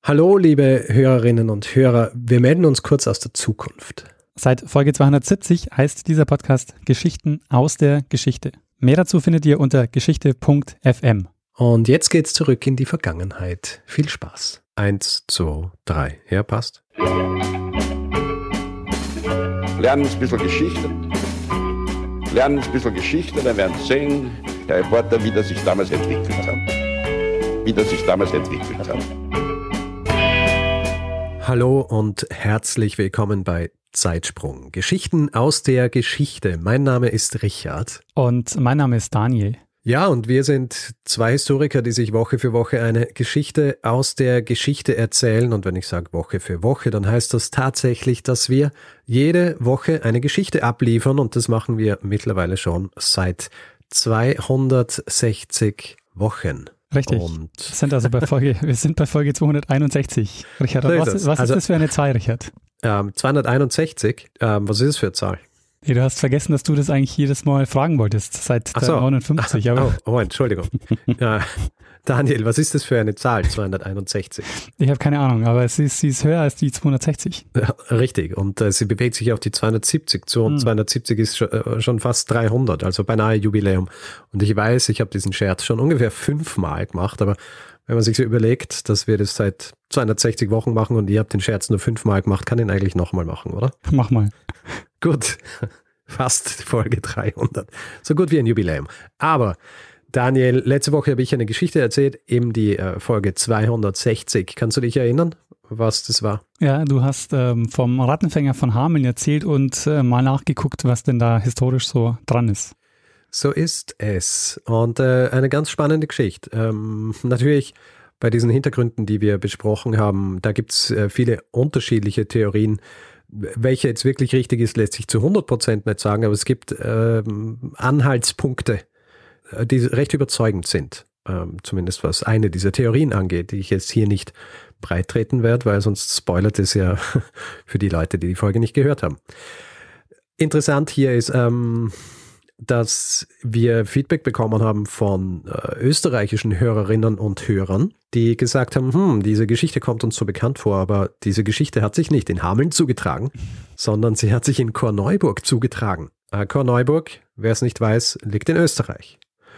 Hallo, liebe Hörerinnen und Hörer, wir melden uns kurz aus der Zukunft. Seit Folge 270 heißt dieser Podcast Geschichten aus der Geschichte. Mehr dazu findet ihr unter geschichte.fm. Und jetzt geht's zurück in die Vergangenheit. Viel Spaß. 1, 2, 3. Ja, passt. Lernen ein bisschen Geschichte. Lernen ein bisschen Geschichte, dann werden Sie sehen, der Reporter, wie das sich damals entwickelt hat. Hallo und herzlich willkommen bei Zeitsprung. Geschichten aus der Geschichte. Mein Name ist Richard. Und mein Name ist Daniel. Ja, und wir sind zwei Historiker, die sich Woche für Woche eine Geschichte aus der Geschichte erzählen. Und wenn ich sage Woche für Woche, dann heißt das tatsächlich, dass wir jede Woche eine Geschichte abliefern. Und das machen wir mittlerweile schon seit 260 Wochen. Richtig. Und wir sind bei Folge 261. Richard, was ist das für eine Zahl, Richard? 261, was ist das für eine Zahl? Nee, du hast vergessen, dass du das eigentlich jedes Mal fragen wolltest, seit 59. Entschuldigung. Daniel, was ist das für eine Zahl, 261? Ich habe keine Ahnung, aber sie ist höher als die 260. Ja, richtig, und sie bewegt sich auf die 270 zu und 270 ist schon fast 300, also beinahe Jubiläum. Und ich weiß, ich habe diesen Scherz schon ungefähr 5-mal gemacht, aber wenn man sich so überlegt, dass wir das seit 260 Wochen machen und ihr habt den Scherz nur 5-mal gemacht, kann ich ihn eigentlich nochmal machen, oder? Mach mal. Gut, fast Folge 300. So gut wie ein Jubiläum. Aber Daniel, letzte Woche habe ich eine Geschichte erzählt, eben die Folge 260. Kannst du dich erinnern, was das war? Ja, du hast vom Rattenfänger von Hameln erzählt und mal nachgeguckt, was denn da historisch so dran ist. So ist es. Und eine ganz spannende Geschichte. Natürlich bei diesen Hintergründen, die wir besprochen haben, da gibt es viele unterschiedliche Theorien. Welche jetzt wirklich richtig ist, lässt sich zu 100% nicht sagen, aber es gibt Anhaltspunkte, die recht überzeugend sind. Zumindest was eine dieser Theorien angeht, die ich jetzt hier nicht breit treten werde, weil sonst spoilert es ja für die Leute, die die Folge nicht gehört haben. Interessant hier ist, dass wir Feedback bekommen haben von österreichischen Hörerinnen und Hörern, die gesagt haben, diese Geschichte kommt uns so bekannt vor, aber diese Geschichte hat sich nicht in Hameln zugetragen, sondern sie hat sich in Korneuburg zugetragen. Korneuburg, wer es nicht weiß, liegt in Österreich.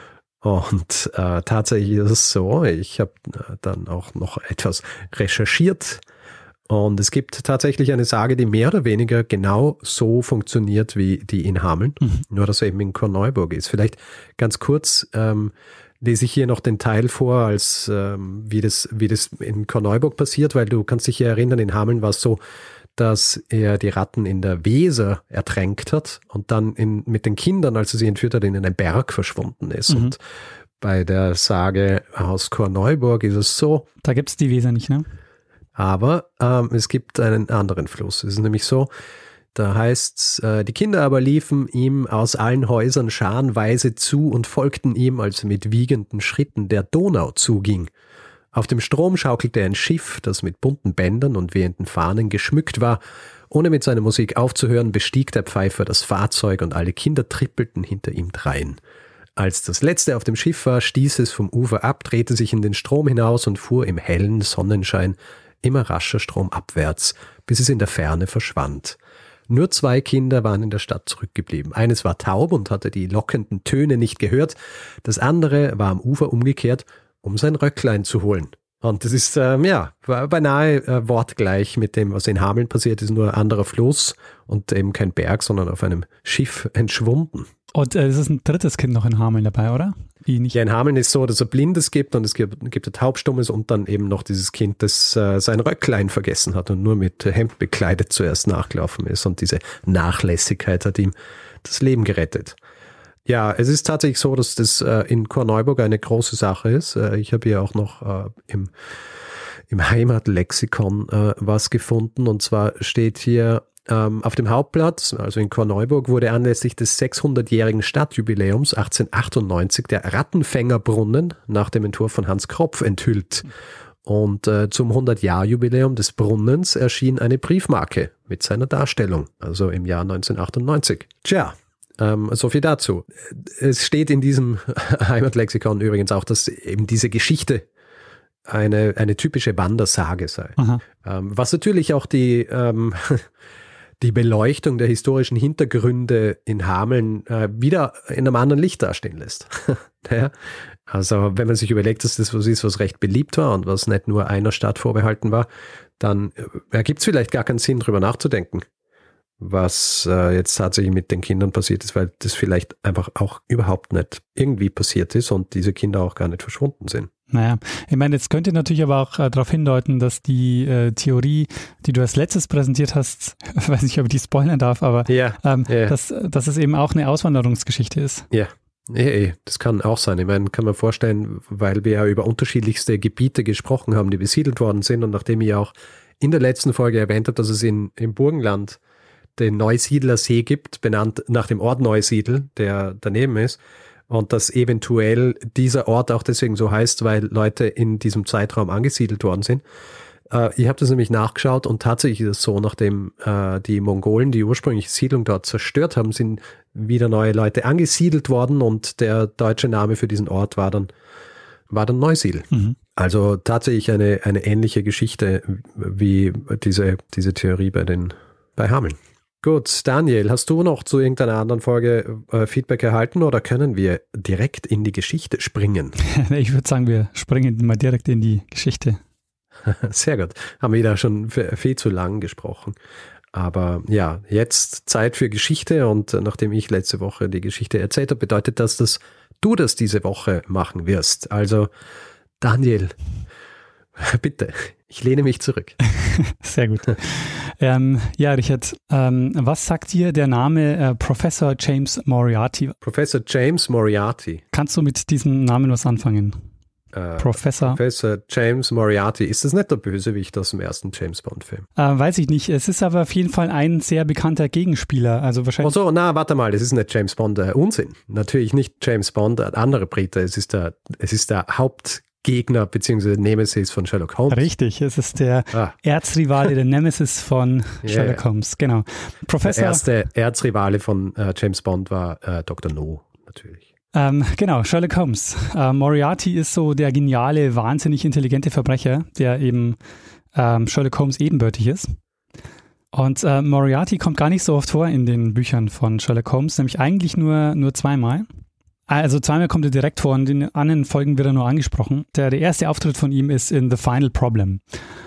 Und tatsächlich ist es so, ich habe dann auch noch etwas recherchiert und es gibt tatsächlich eine Sage, die mehr oder weniger genau so funktioniert wie die in Hameln, nur dass er eben in Korneuburg ist. Vielleicht ganz kurz lese ich hier noch den Teil vor, als wie das in Korneuburg passiert, weil du kannst dich ja erinnern, in Hameln war es so, dass er die Ratten in der Weser ertränkt hat und dann mit den Kindern, als er sie entführt hat, in einen Berg verschwunden ist. Und bei der Sage aus Korneuburg ist es so. Da gibt es die Weser nicht, ne? Aber es gibt einen anderen Fluss. Es ist nämlich so, da heißt's, die Kinder aber liefen ihm aus allen Häusern scharenweise zu und folgten ihm, als er mit wiegenden Schritten der Donau zuging. Auf dem Strom schaukelte ein Schiff, das mit bunten Bändern und wehenden Fahnen geschmückt war. Ohne mit seiner Musik aufzuhören, bestieg der Pfeifer das Fahrzeug und alle Kinder trippelten hinter ihm drein. Als das letzte auf dem Schiff war, stieß es vom Ufer ab, drehte sich in den Strom hinaus und fuhr im hellen Sonnenschein immer rascher stromabwärts, bis es in der Ferne verschwand. Nur 2 Kinder waren in der Stadt zurückgeblieben. Eines war taub und hatte die lockenden Töne nicht gehört. Das andere war am Ufer umgekehrt, um sein Röcklein zu holen. Und das ist, war beinahe wortgleich mit dem, was in Hameln passiert ist, nur ein anderer Fluss und eben kein Berg, sondern auf einem Schiff entschwunden. Und es ist ein drittes Kind noch in Hameln dabei, oder? Wie nicht? Ja, in Hameln ist so, dass es Blindes gibt und es gibt ein Taubstummes und dann eben noch dieses Kind, das sein Röcklein vergessen hat und nur mit Hemd bekleidet zuerst nachgelaufen ist. Und diese Nachlässigkeit hat ihm das Leben gerettet. Ja, es ist tatsächlich so, dass das in Korneuburg eine große Sache ist. Ich habe hier auch noch im Heimatlexikon was gefunden. Und zwar steht hier, auf dem Hauptplatz, also in Korneuburg, wurde anlässlich des 600-jährigen Stadtjubiläums 1898 der Rattenfängerbrunnen nach dem Entwurf von Hans Kropf enthüllt. Und zum 100-Jahr-Jubiläum des Brunnens erschien eine Briefmarke mit seiner Darstellung, also im Jahr 1998. Tja, so viel dazu. Es steht in diesem Heimatlexikon übrigens auch, dass eben diese Geschichte eine typische Wandersage sei. Was natürlich auch die Beleuchtung der historischen Hintergründe in Hameln wieder in einem anderen Licht dastehen lässt. Ja? Also wenn man sich überlegt, dass das was ist, was recht beliebt war und was nicht nur einer Stadt vorbehalten war, dann ergibt es vielleicht gar keinen Sinn, drüber nachzudenken, was jetzt tatsächlich mit den Kindern passiert ist, weil das vielleicht einfach auch überhaupt nicht irgendwie passiert ist und diese Kinder auch gar nicht verschwunden sind. Naja, ich meine, jetzt könnte natürlich aber auch darauf hindeuten, dass die Theorie, die du als letztes präsentiert hast, ich weiß nicht, ob ich die spoilern darf, aber dass es eben auch eine Auswanderungsgeschichte ist. Ja. Das kann auch sein. Ich meine, kann man vorstellen, weil wir ja über unterschiedlichste Gebiete gesprochen haben, die besiedelt worden sind und nachdem ich auch in der letzten Folge erwähnt habe, dass es im Burgenland den Neusiedler See gibt, benannt nach dem Ort Neusiedl, der daneben ist, und dass eventuell dieser Ort auch deswegen so heißt, weil Leute in diesem Zeitraum angesiedelt worden sind. Ich habe das nämlich nachgeschaut und tatsächlich ist es so, nachdem die Mongolen die ursprüngliche Siedlung dort zerstört haben, sind wieder neue Leute angesiedelt worden und der deutsche Name für diesen Ort war dann Neusiedl. Also tatsächlich eine ähnliche Geschichte wie diese Theorie bei Hameln. Gut, Daniel, hast du noch zu irgendeiner anderen Folge Feedback erhalten oder können wir direkt in die Geschichte springen? Ich würde sagen, wir springen mal direkt in die Geschichte. Sehr gut. Haben wir da schon viel zu lang gesprochen. Aber ja, jetzt Zeit für Geschichte und nachdem ich letzte Woche die Geschichte erzählt habe, bedeutet das, dass du das diese Woche machen wirst. Also Daniel, bitte, ich lehne mich zurück. Sehr gut. Ja, Richard, was sagt dir der Name Professor James Moriarty? Professor James Moriarty. Kannst du mit diesem Namen was anfangen? Professor James Moriarty. Ist das nicht der Bösewicht aus dem ersten James Bond-Film? Weiß ich nicht. Es ist aber auf jeden Fall ein sehr bekannter Gegenspieler. Also wahrscheinlich. Warte mal, das ist nicht James Bond. Unsinn. Natürlich nicht James Bond, andere Brite. Es ist der Hauptgegner bzw. Nemesis von Sherlock Holmes. Richtig, es ist der Erzrivale, der Nemesis von Sherlock Holmes. Genau. Professor. Der erste Erzrivale von James Bond war Dr. No, natürlich. Genau, Sherlock Holmes. Moriarty ist so der geniale, wahnsinnig intelligente Verbrecher, der eben Sherlock Holmes ebenbürtig ist. Und Moriarty kommt gar nicht so oft vor in den Büchern von Sherlock Holmes, nämlich eigentlich nur zweimal. Also zweimal kommt er direkt vor und in den anderen Folgen wird er nur angesprochen. Der erste Auftritt von ihm ist in The Final Problem.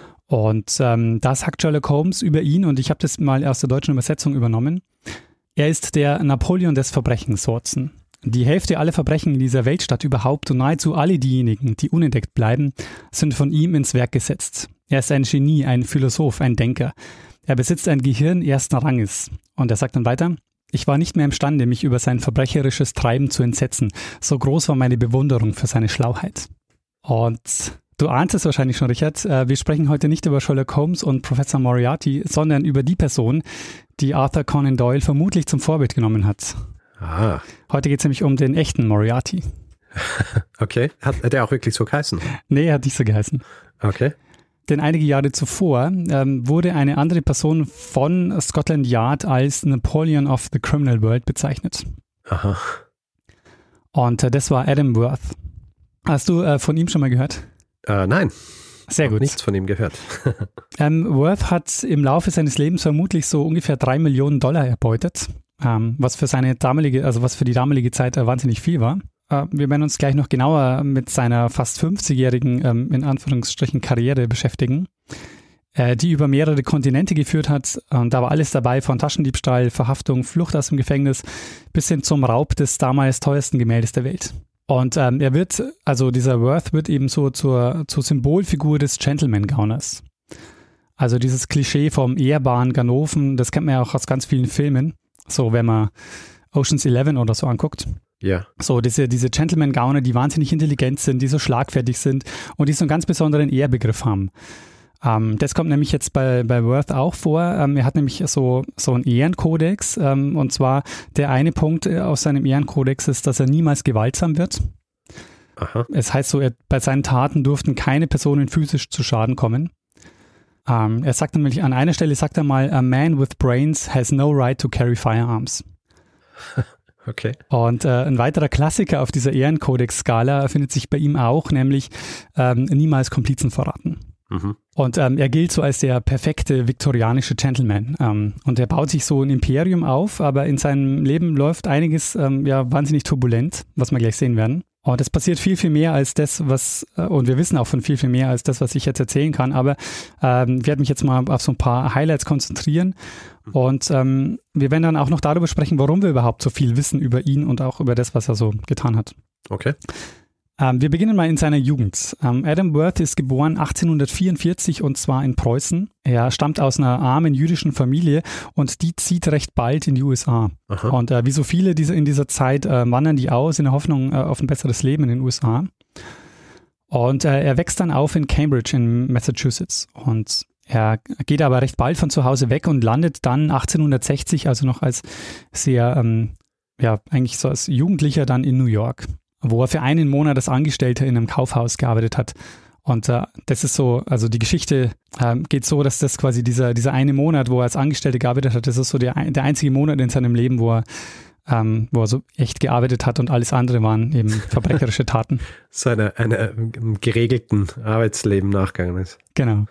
Und da sagt Sherlock Holmes über ihn, und ich habe das mal aus der deutschen Übersetzung übernommen, er ist der Napoleon des Verbrechens, Watson. Die Hälfte aller Verbrechen in dieser Weltstadt überhaupt und nahezu alle diejenigen, die unentdeckt bleiben, sind von ihm ins Werk gesetzt. Er ist ein Genie, ein Philosoph, ein Denker. Er besitzt ein Gehirn ersten Ranges. Und er sagt dann weiter: Ich war nicht mehr imstande, mich über sein verbrecherisches Treiben zu entsetzen. So groß war meine Bewunderung für seine Schlauheit. Und du ahnst es wahrscheinlich schon, Richard. Wir sprechen heute nicht über Sherlock Holmes und Professor Moriarty, sondern über die Person, die Arthur Conan Doyle vermutlich zum Vorbild genommen hat. Heute geht es nämlich um den echten Moriarty. Okay. Hat der auch wirklich so geheißen? Nee, er hat nicht so geheißen. Okay. Denn einige Jahre zuvor wurde eine andere Person von Scotland Yard als Napoleon of the Criminal World bezeichnet. Aha. Und das war Adam Worth. Hast du von ihm schon mal gehört? Nein. Sehr gut. Nichts von ihm gehört. Worth hat im Laufe seines Lebens vermutlich so ungefähr $3 Millionen erbeutet. Was für die damalige Zeit wahnsinnig viel war. Wir werden uns gleich noch genauer mit seiner fast 50-jährigen, in Anführungsstrichen, Karriere beschäftigen, die über mehrere Kontinente geführt hat. Und da war alles dabei, von Taschendiebstahl, Verhaftung, Flucht aus dem Gefängnis bis hin zum Raub des damals teuersten Gemäldes der Welt. Und dieser Worth wird eben so zur Symbolfigur des Gentleman-Gauners. Also dieses Klischee vom ehrbaren Ganoven, das kennt man ja auch aus ganz vielen Filmen. So, wenn man Ocean's 11 oder so anguckt. Ja. So, diese Gentleman-Gauner, die wahnsinnig intelligent sind, die so schlagfertig sind und die so einen ganz besonderen Ehrbegriff haben. Das kommt nämlich jetzt bei Worth auch vor. Er hat nämlich so einen Ehrenkodex. Und zwar der eine Punkt aus seinem Ehrenkodex ist, dass er niemals gewaltsam wird. Aha. Es heißt so, bei seinen Taten durften keine Personen physisch zu Schaden kommen. Er sagt nämlich, an einer Stelle sagt er mal, a man with brains has no right to carry firearms. Okay. Und ein weiterer Klassiker auf dieser Ehrenkodex-Skala findet sich bei ihm auch, nämlich niemals Komplizen verraten. Mhm. Und er gilt so als der perfekte viktorianische Gentleman. Und er baut sich so ein Imperium auf, aber in seinem Leben läuft einiges wahnsinnig turbulent, was wir gleich sehen werden. Und es passiert viel, viel mehr als das, und wir wissen auch von viel, viel mehr als das, was ich jetzt erzählen kann. Aber ich werde mich jetzt mal auf so ein paar Highlights konzentrieren. Und wir werden dann auch noch darüber sprechen, warum wir überhaupt so viel wissen über ihn und auch über das, was er so getan hat. Okay. Wir beginnen mal in seiner Jugend. Adam Worth ist geboren 1844 und zwar in Preußen. Er stammt aus einer armen jüdischen Familie und die zieht recht bald in die USA. Aha. Und wie so viele in dieser Zeit wandern die aus in der Hoffnung auf ein besseres Leben in den USA. Und er wächst dann auf in Cambridge in Massachusetts. Und er geht aber recht bald von zu Hause weg und landet dann 1860, also noch als sehr, eigentlich so als Jugendlicher dann in New York, wo er für einen Monat als Angestellter in einem Kaufhaus gearbeitet hat. Und das ist so, also die Geschichte geht so, dass das quasi dieser eine Monat, wo er als Angestellter gearbeitet hat, das ist so der einzige Monat in seinem Leben, wo er so echt gearbeitet hat und alles andere waren eben verbrecherische Taten. So einem geregelten Arbeitsleben nachgegangen ist. Genau.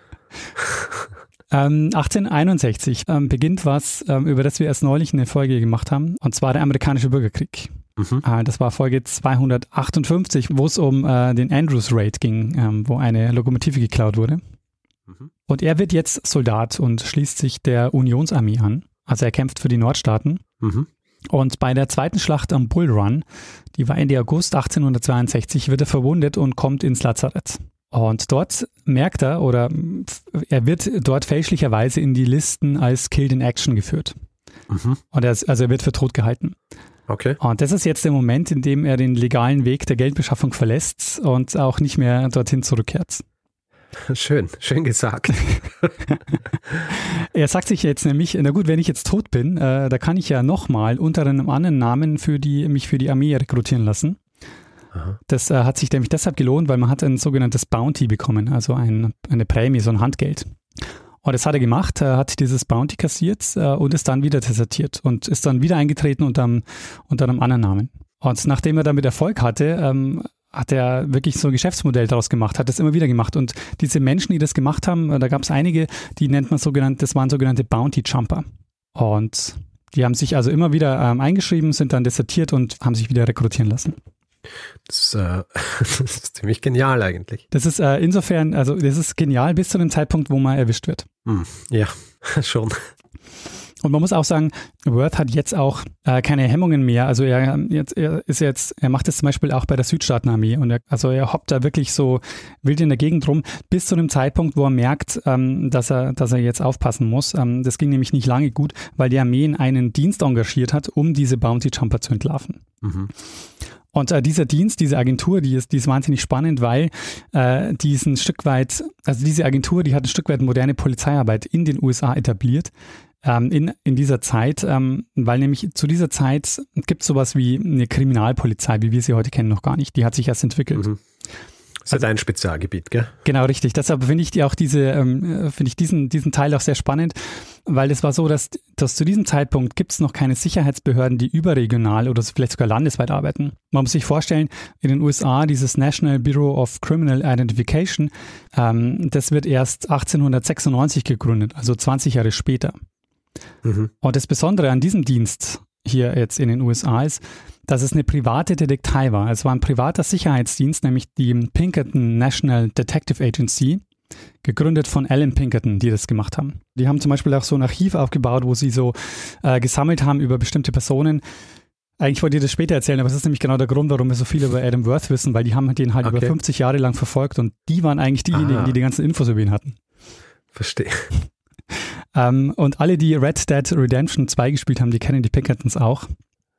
1861 beginnt was, über das wir erst neulich eine Folge gemacht haben, und zwar der amerikanische Bürgerkrieg. Mhm. Das war Folge 258, wo es um den Andrews Raid ging, wo eine Lokomotive geklaut wurde. Mhm. Und er wird jetzt Soldat und schließt sich der Unionsarmee an. Also er kämpft für die Nordstaaten. Mhm. Und bei der zweiten Schlacht am Bull Run, die war Ende August 1862, wird er verwundet und kommt ins Lazarett. Und dort merkt er, oder er wird dort fälschlicherweise in die Listen als Killed in Action geführt. Mhm. Und er wird für tot gehalten. Okay. Und das ist jetzt der Moment, in dem er den legalen Weg der Geldbeschaffung verlässt und auch nicht mehr dorthin zurückkehrt. Schön gesagt. Er sagt sich jetzt nämlich, na gut, wenn ich jetzt tot bin, da kann ich ja nochmal unter einem anderen Namen mich für die Armee rekrutieren lassen. Aha. Das hat sich nämlich deshalb gelohnt, weil man hat ein sogenanntes Bounty bekommen, also eine Prämie, so ein Handgeld. Und das hat er gemacht, er hat dieses Bounty kassiert und ist dann wieder desertiert und ist dann wieder eingetreten unter einem anderen Namen. Und nachdem er damit Erfolg hatte, hat er wirklich so ein Geschäftsmodell daraus gemacht, hat das immer wieder gemacht. Und diese Menschen, die das gemacht haben, da gab es einige, die nennt man das waren sogenannte Bounty Jumper. Und die haben sich also immer wieder eingeschrieben, sind dann desertiert und haben sich wieder rekrutieren lassen. Das ist ziemlich genial eigentlich. Das ist insofern, also das ist genial bis zu dem Zeitpunkt, wo man erwischt wird. Ja, schon. Und man muss auch sagen, Worth hat jetzt auch keine Hemmungen mehr. Also er macht das zum Beispiel auch bei der Südstaatenarmee und er hoppt da wirklich so wild in der Gegend rum, bis zu dem Zeitpunkt, wo er merkt, dass er jetzt aufpassen muss. Das ging nämlich nicht lange gut, weil die Armee einen Dienst engagiert hat, um diese Bounty Jumper zu entlarven. Mhm. Und dieser Dienst, diese Agentur, die ist wahnsinnig spannend, weil diese Agentur, die hat ein Stück weit moderne Polizeiarbeit in den USA etabliert. In dieser Zeit, weil nämlich zu dieser Zeit gibt es sowas wie eine Kriminalpolizei, wie wir sie heute kennen, noch gar nicht. Die hat sich erst entwickelt. Mhm. Das ist ein Spezialgebiet, gell? Genau, richtig. Deshalb finde ich diesen Teil auch sehr spannend, weil es war so, dass zu diesem Zeitpunkt gibt es noch keine Sicherheitsbehörden, die überregional oder vielleicht sogar landesweit arbeiten. Man muss sich vorstellen, in den USA dieses National Bureau of Criminal Identification, das wird erst 1896 gegründet, also 20 Jahre später. Mhm. Und das Besondere an diesem Dienst hier jetzt in den USA ist, dass es eine private Detektei war. Es war ein privater Sicherheitsdienst, nämlich die Pinkerton National Detective Agency, gegründet von Alan Pinkerton, die das gemacht haben. Die haben zum Beispiel auch so ein Archiv aufgebaut, wo sie so gesammelt haben über bestimmte Personen. Eigentlich wollte ich das später erzählen, aber es ist nämlich genau der Grund, warum wir so viel über Adam Worth wissen, weil die haben den halt über 50 Jahre lang verfolgt und die waren eigentlich diejenigen, die ganzen Infos über ihn hatten. Verstehe. Und alle, die Red Dead Redemption 2 gespielt haben, die kennen die Pinkertons auch.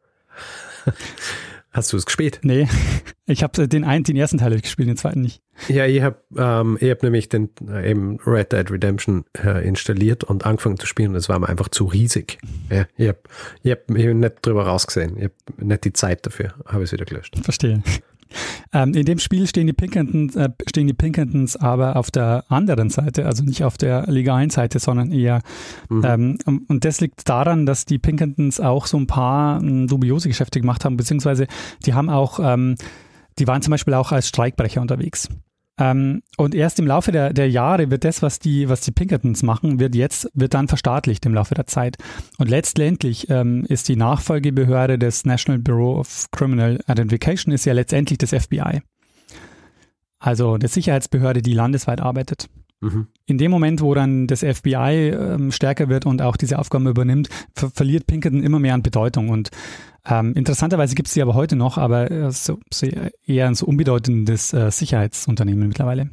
Hast du es gespielt? Nee, ich habe den ersten Teil gespielt, den zweiten nicht. Ja, ich hab nämlich den eben Red Dead Redemption installiert und angefangen zu spielen und es war mir einfach zu riesig. Ja, ich hab nicht drüber rausgesehen. Ich habe nicht die Zeit dafür, habe es wieder gelöscht. Verstehe. In dem Spiel stehen die Pinkertons aber auf der anderen Seite, also nicht auf der legalen Seite, sondern eher, und das liegt daran, dass die Pinkertons auch so ein paar dubiose Geschäfte gemacht haben, beziehungsweise die haben auch, die waren zum Beispiel auch als Streikbrecher unterwegs. Und erst im Laufe der Jahre wird das, was die Pinkertons machen, wird dann verstaatlicht im Laufe der Zeit. Und letztendlich ist die Nachfolgebehörde des National Bureau of Criminal Identification ist ja letztendlich das FBI. Also die Sicherheitsbehörde, die landesweit arbeitet. In dem Moment, wo dann das FBI stärker wird und auch diese Aufgaben übernimmt, verliert Pinkerton immer mehr an Bedeutung. Und interessanterweise gibt es sie aber heute noch, aber eher ein so unbedeutendes Sicherheitsunternehmen mittlerweile.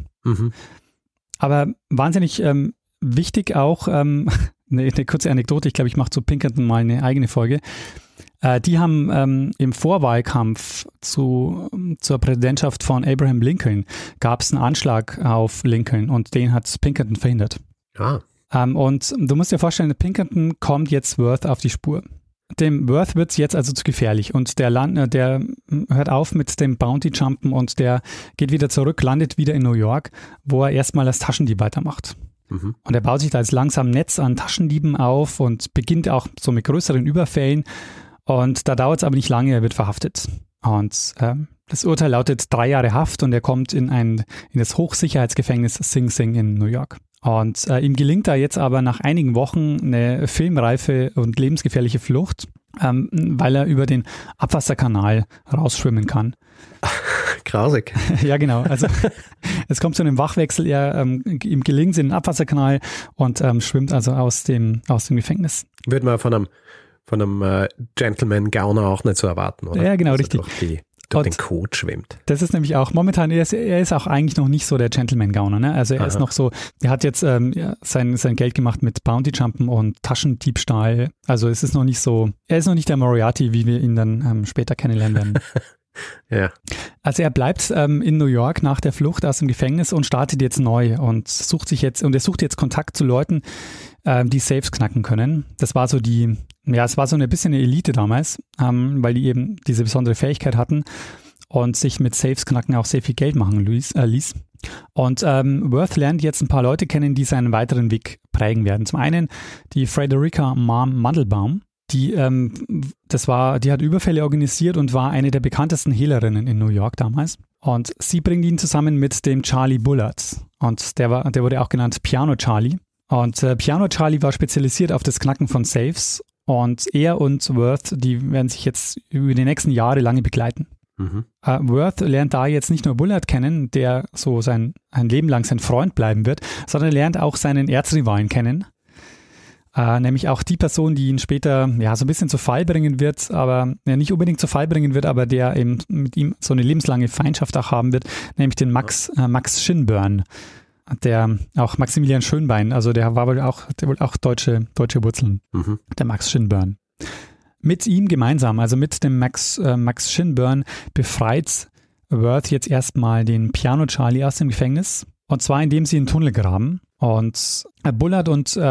Aber wahnsinnig wichtig auch, eine kurze Anekdote, ich glaube, ich mache zu Pinkerton mal eine eigene Folge. Die haben im Vorwahlkampf zur Präsidentschaft von Abraham Lincoln gab es einen Anschlag auf Lincoln und den hat Pinkerton verhindert. Und du musst dir vorstellen, Pinkerton kommt jetzt Worth auf die Spur. Dem Worth wird es jetzt also zu gefährlich und der hört auf mit dem Bounty-Jumpen und der geht wieder zurück, landet wieder in New York, wo er erstmal als Taschendieb weitermacht. Und er baut sich da jetzt langsam ein Netz an Taschendieben auf und beginnt auch so mit größeren Überfällen. Und da dauert es aber nicht lange, er wird verhaftet. Und das Urteil lautet 3 Jahre Haft und er kommt in das Hochsicherheitsgefängnis Sing Sing in New York. Und ihm gelingt da jetzt aber nach einigen Wochen eine filmreife und lebensgefährliche Flucht, weil er über den Abwasserkanal rausschwimmen kann. Grausig. Ja, genau. Also es kommt zu einem Wachwechsel. Ihm gelingt es in den Abwasserkanal und schwimmt also aus dem Gefängnis. Wird man von einem Gentleman-Gauner auch nicht so erwarten, oder? Ja, genau, also richtig. Durch den Code schwimmt. Das ist nämlich auch momentan, er ist auch eigentlich noch nicht so der Gentleman-Gauner, ne? Also er ist noch so, er hat jetzt sein Geld gemacht mit Bounty-Jumpen und Taschendiebstahl. Also es ist noch nicht so, er ist noch nicht der Moriarty, wie wir ihn dann später kennenlernen werden. Ja. Also er bleibt in New York nach der Flucht aus dem Gefängnis und startet jetzt neu und sucht jetzt Kontakt zu Leuten, die Safes knacken können. Das war so es war so ein bisschen eine Elite damals, weil die eben diese besondere Fähigkeit hatten und sich mit Safes knacken auch sehr viel Geld machen ließ. Und Worth lernt jetzt ein paar Leute kennen, die seinen weiteren Weg prägen werden. Zum einen die Frederica Mandelbaum. Die hat Überfälle organisiert und war eine der bekanntesten Hehlerinnen in New York damals. Und sie bringt ihn zusammen mit dem Charlie Bullard. Und der wurde auch genannt Piano Charlie. Und Piano Charlie war spezialisiert auf das Knacken von Safes. Und er und Worth, die werden sich jetzt über die nächsten Jahre lange begleiten. Worth lernt da jetzt nicht nur Bullard kennen, der so ein Leben lang sein Freund bleiben wird, sondern lernt auch seinen Erzrivalen kennen. Nämlich auch die Person, die ihn später so ein bisschen zu Fall bringen wird, aber nicht unbedingt zu Fall bringen wird, aber der eben mit ihm so eine lebenslange Feindschaft auch haben wird, nämlich den Max Shinburn, der auch Maximilian Schönbein, also der wohl auch deutsche Wurzeln, der Max Shinburn. Mit ihm gemeinsam, also mit dem Max Shinburn, befreit Worth jetzt erstmal den Piano Charlie aus dem Gefängnis, und zwar indem sie einen Tunnel graben, und Bullard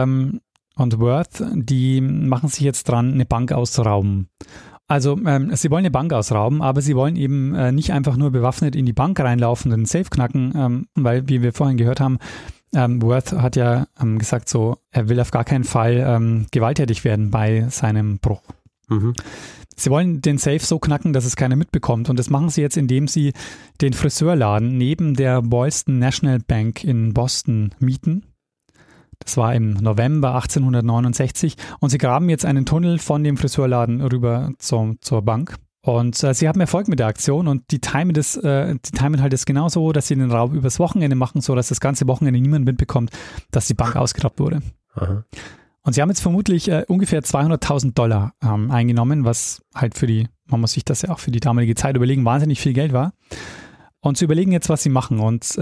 und Worth, die machen sich jetzt dran, eine Bank auszurauben. Also sie wollen eine Bank ausrauben, aber sie wollen eben nicht einfach nur bewaffnet in die Bank reinlaufen und den Safe knacken, weil, wie wir vorhin gehört haben, Worth hat ja gesagt, so, er will auf gar keinen Fall gewalttätig werden bei seinem Bruch. Sie wollen den Safe so knacken, dass es keiner mitbekommt, und das machen sie jetzt, indem sie den Friseurladen neben der Boylston National Bank in Boston mieten. Das war im November 1869, und sie graben jetzt einen Tunnel von dem Friseurladen rüber zur Bank. Und sie haben Erfolg mit der Aktion, und die timen halt das genauso, dass sie den Raub übers Wochenende machen, so dass das ganze Wochenende niemand mitbekommt, dass die Bank ausgeraubt wurde. Aha. Und sie haben jetzt vermutlich ungefähr $200.000 eingenommen, was halt man muss sich das ja auch für die damalige Zeit überlegen, wahnsinnig viel Geld war. Und sie überlegen jetzt, was sie machen. Und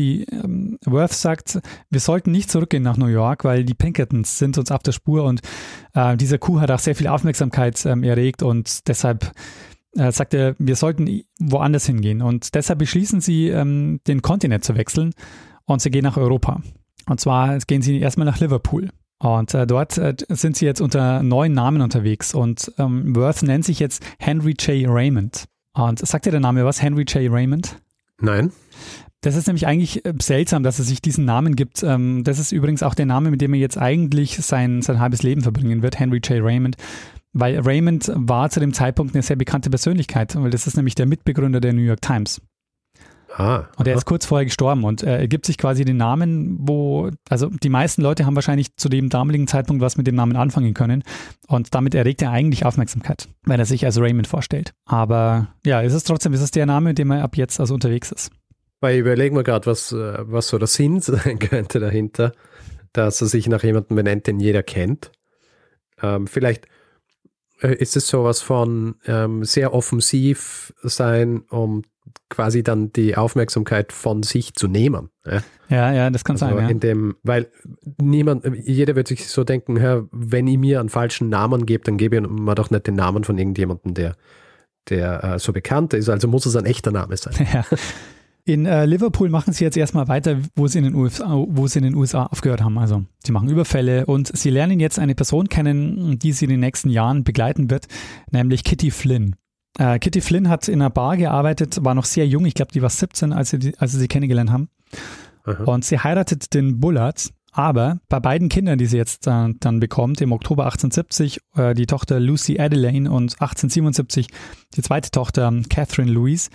Worth sagt, wir sollten nicht zurückgehen nach New York, weil die Pinkertons sind uns auf der Spur, und dieser Coup hat auch sehr viel Aufmerksamkeit erregt, und deshalb sagt er, wir sollten woanders hingehen. Und deshalb beschließen sie, den Kontinent zu wechseln, und sie gehen nach Europa. Und zwar gehen sie erstmal nach Liverpool. Und dort sind sie jetzt unter neuen Namen unterwegs, und Worth nennt sich jetzt Henry J. Raymond. Und sagt dir der Name was? Henry J. Raymond? Nein. Das ist nämlich eigentlich seltsam, dass er sich diesen Namen gibt. Das ist übrigens auch der Name, mit dem er jetzt eigentlich sein halbes Leben verbringen wird, Henry J. Raymond. Weil Raymond war zu dem Zeitpunkt eine sehr bekannte Persönlichkeit, weil das ist nämlich der Mitbegründer der New York Times. Und er ist kurz vorher gestorben und er gibt sich quasi den Namen, also die meisten Leute haben wahrscheinlich zu dem damaligen Zeitpunkt was mit dem Namen anfangen können und damit erregt er eigentlich Aufmerksamkeit, weil er sich als Raymond vorstellt. Aber ja, ist es der Name, mit dem er ab jetzt also unterwegs ist. Weil ich überlege mir gerade, was so der Sinn sein könnte dahinter, dass er sich nach jemandem benennt, den jeder kennt. Vielleicht ist es sowas von sehr offensiv sein, um quasi dann die Aufmerksamkeit von sich zu nehmen. Ja, das kann sein. Ja. Weil jeder wird sich so denken, wenn ich mir einen falschen Namen gebe, dann gebe ich mir doch nicht den Namen von irgendjemandem, der so bekannt ist, also muss es ein echter Name sein. Ja. In Liverpool machen sie jetzt erstmal weiter, wo sie in den USA aufgehört haben. Also sie machen Überfälle und sie lernen jetzt eine Person kennen, die sie in den nächsten Jahren begleiten wird, nämlich Kitty Flynn. Kitty Flynn hat in einer Bar gearbeitet, war noch sehr jung, ich glaube, die war 17, als sie kennengelernt haben. Aha. Und sie heiratet den Bullard, aber bei beiden Kindern, die sie jetzt dann bekommt, im Oktober 1870 die Tochter Lucy Adelaine und 1877 die zweite Tochter Catherine Louise,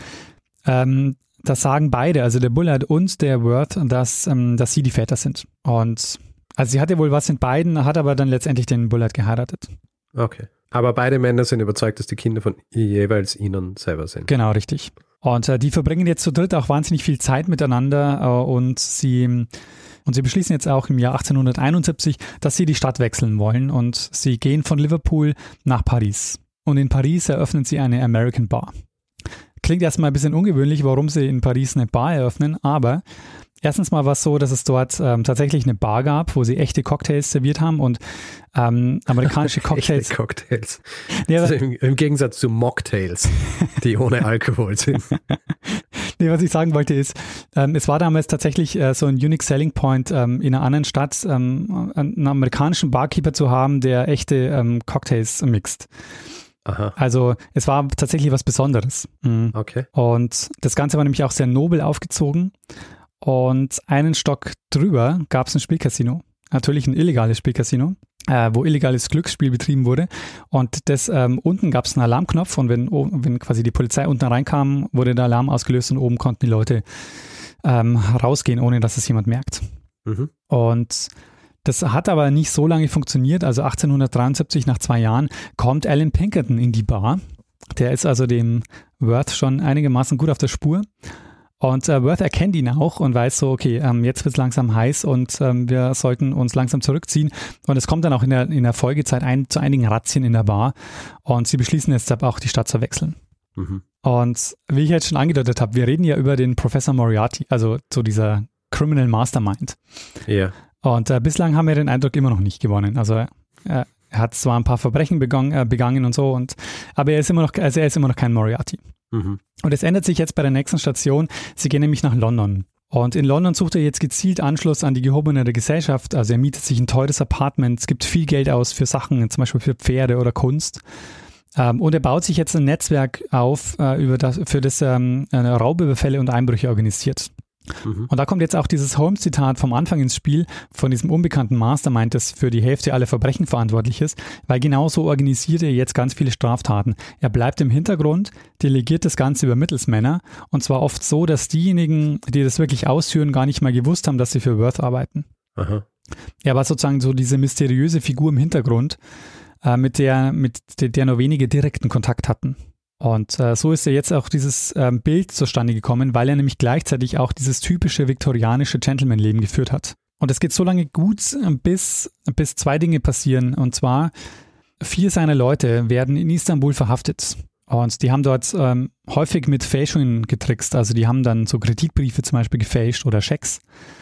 das sagen beide, also der Bullard und der Worth, dass sie die Väter sind. Und also sie hatte wohl was in beiden, hat aber dann letztendlich den Bullard geheiratet. Okay. Aber beide Männer sind überzeugt, dass die Kinder von jeweils ihnen selber sind. Genau, richtig. Und die verbringen jetzt zu dritt auch wahnsinnig viel Zeit miteinander und sie beschließen jetzt auch im Jahr 1871, dass sie die Stadt wechseln wollen und sie gehen von Liverpool nach Paris. Und in Paris eröffnen sie eine American Bar. Klingt erstmal ein bisschen ungewöhnlich, warum sie in Paris eine Bar eröffnen, aber erstens mal war es so, dass es dort tatsächlich eine Bar gab, wo sie echte Cocktails serviert haben und amerikanische Cocktails. Echte Cocktails. Ja, also im Gegensatz zu Mocktails, die ohne Alkohol sind. Nee, was ich sagen wollte ist, es war damals tatsächlich so ein Unique Selling Point in einer anderen Stadt, einen amerikanischen Barkeeper zu haben, der echte Cocktails mixt. Aha. Also es war tatsächlich was Besonderes. Mhm. Okay. Und das Ganze war nämlich auch sehr nobel aufgezogen. Und einen Stock drüber gab es ein Spielcasino. Natürlich ein illegales Spielcasino, wo illegales Glücksspiel betrieben wurde. Und unten gab es einen Alarmknopf und wenn quasi die Polizei unten reinkam, wurde der Alarm ausgelöst und oben konnten die Leute rausgehen, ohne dass es jemand merkt. Mhm. Und das hat aber nicht so lange funktioniert. Also 1873, nach 2 Jahren, kommt Alan Pinkerton in die Bar. Der ist also dem Worth schon einigermaßen gut auf der Spur. Und Worth erkennt ihn auch und weiß so, okay, jetzt wird es langsam heiß und wir sollten uns langsam zurückziehen. Und es kommt dann auch in der Folgezeit zu einigen Razzien in der Bar. Und sie beschließen jetzt aber auch, die Stadt zu wechseln. Mhm. Und wie ich jetzt schon angedeutet habe, wir reden ja über den Professor Moriarty, also so dieser Criminal Mastermind. Ja. Und bislang haben wir den Eindruck immer noch nicht gewonnen. Also er hat zwar ein paar Verbrechen begangen und so, aber er ist immer noch kein Moriarty. Mhm. Und es ändert sich jetzt bei der nächsten Station. Sie gehen nämlich nach London. Und in London sucht er jetzt gezielt Anschluss an die gehobenere Gesellschaft. Also er mietet sich ein teures Apartment, es gibt viel Geld aus für Sachen, zum Beispiel für Pferde oder Kunst. Und er baut sich jetzt ein Netzwerk auf, für das Raubüberfälle und Einbrüche organisiert. Mhm. Und da kommt jetzt auch dieses Holmes-Zitat vom Anfang ins Spiel, von diesem unbekannten Mastermind, das für die Hälfte aller Verbrechen verantwortlich ist, weil genauso organisiert er jetzt ganz viele Straftaten. Er bleibt im Hintergrund, delegiert das Ganze über Mittelsmänner und zwar oft so, dass diejenigen, die das wirklich ausführen, gar nicht mal gewusst haben, dass sie für Worth arbeiten. Aha. Er war sozusagen so diese mysteriöse Figur im Hintergrund, mit der nur wenige direkten Kontakt hatten. Und so ist ja jetzt auch dieses Bild zustande gekommen, weil er nämlich gleichzeitig auch dieses typische viktorianische Gentleman-Leben geführt hat. Und es geht so lange gut, bis 2 Dinge passieren. Und zwar 4 seiner Leute werden in Istanbul verhaftet. Und die haben dort häufig mit Fälschungen getrickst. Also die haben dann so Kreditbriefe zum Beispiel gefälscht oder Schecks.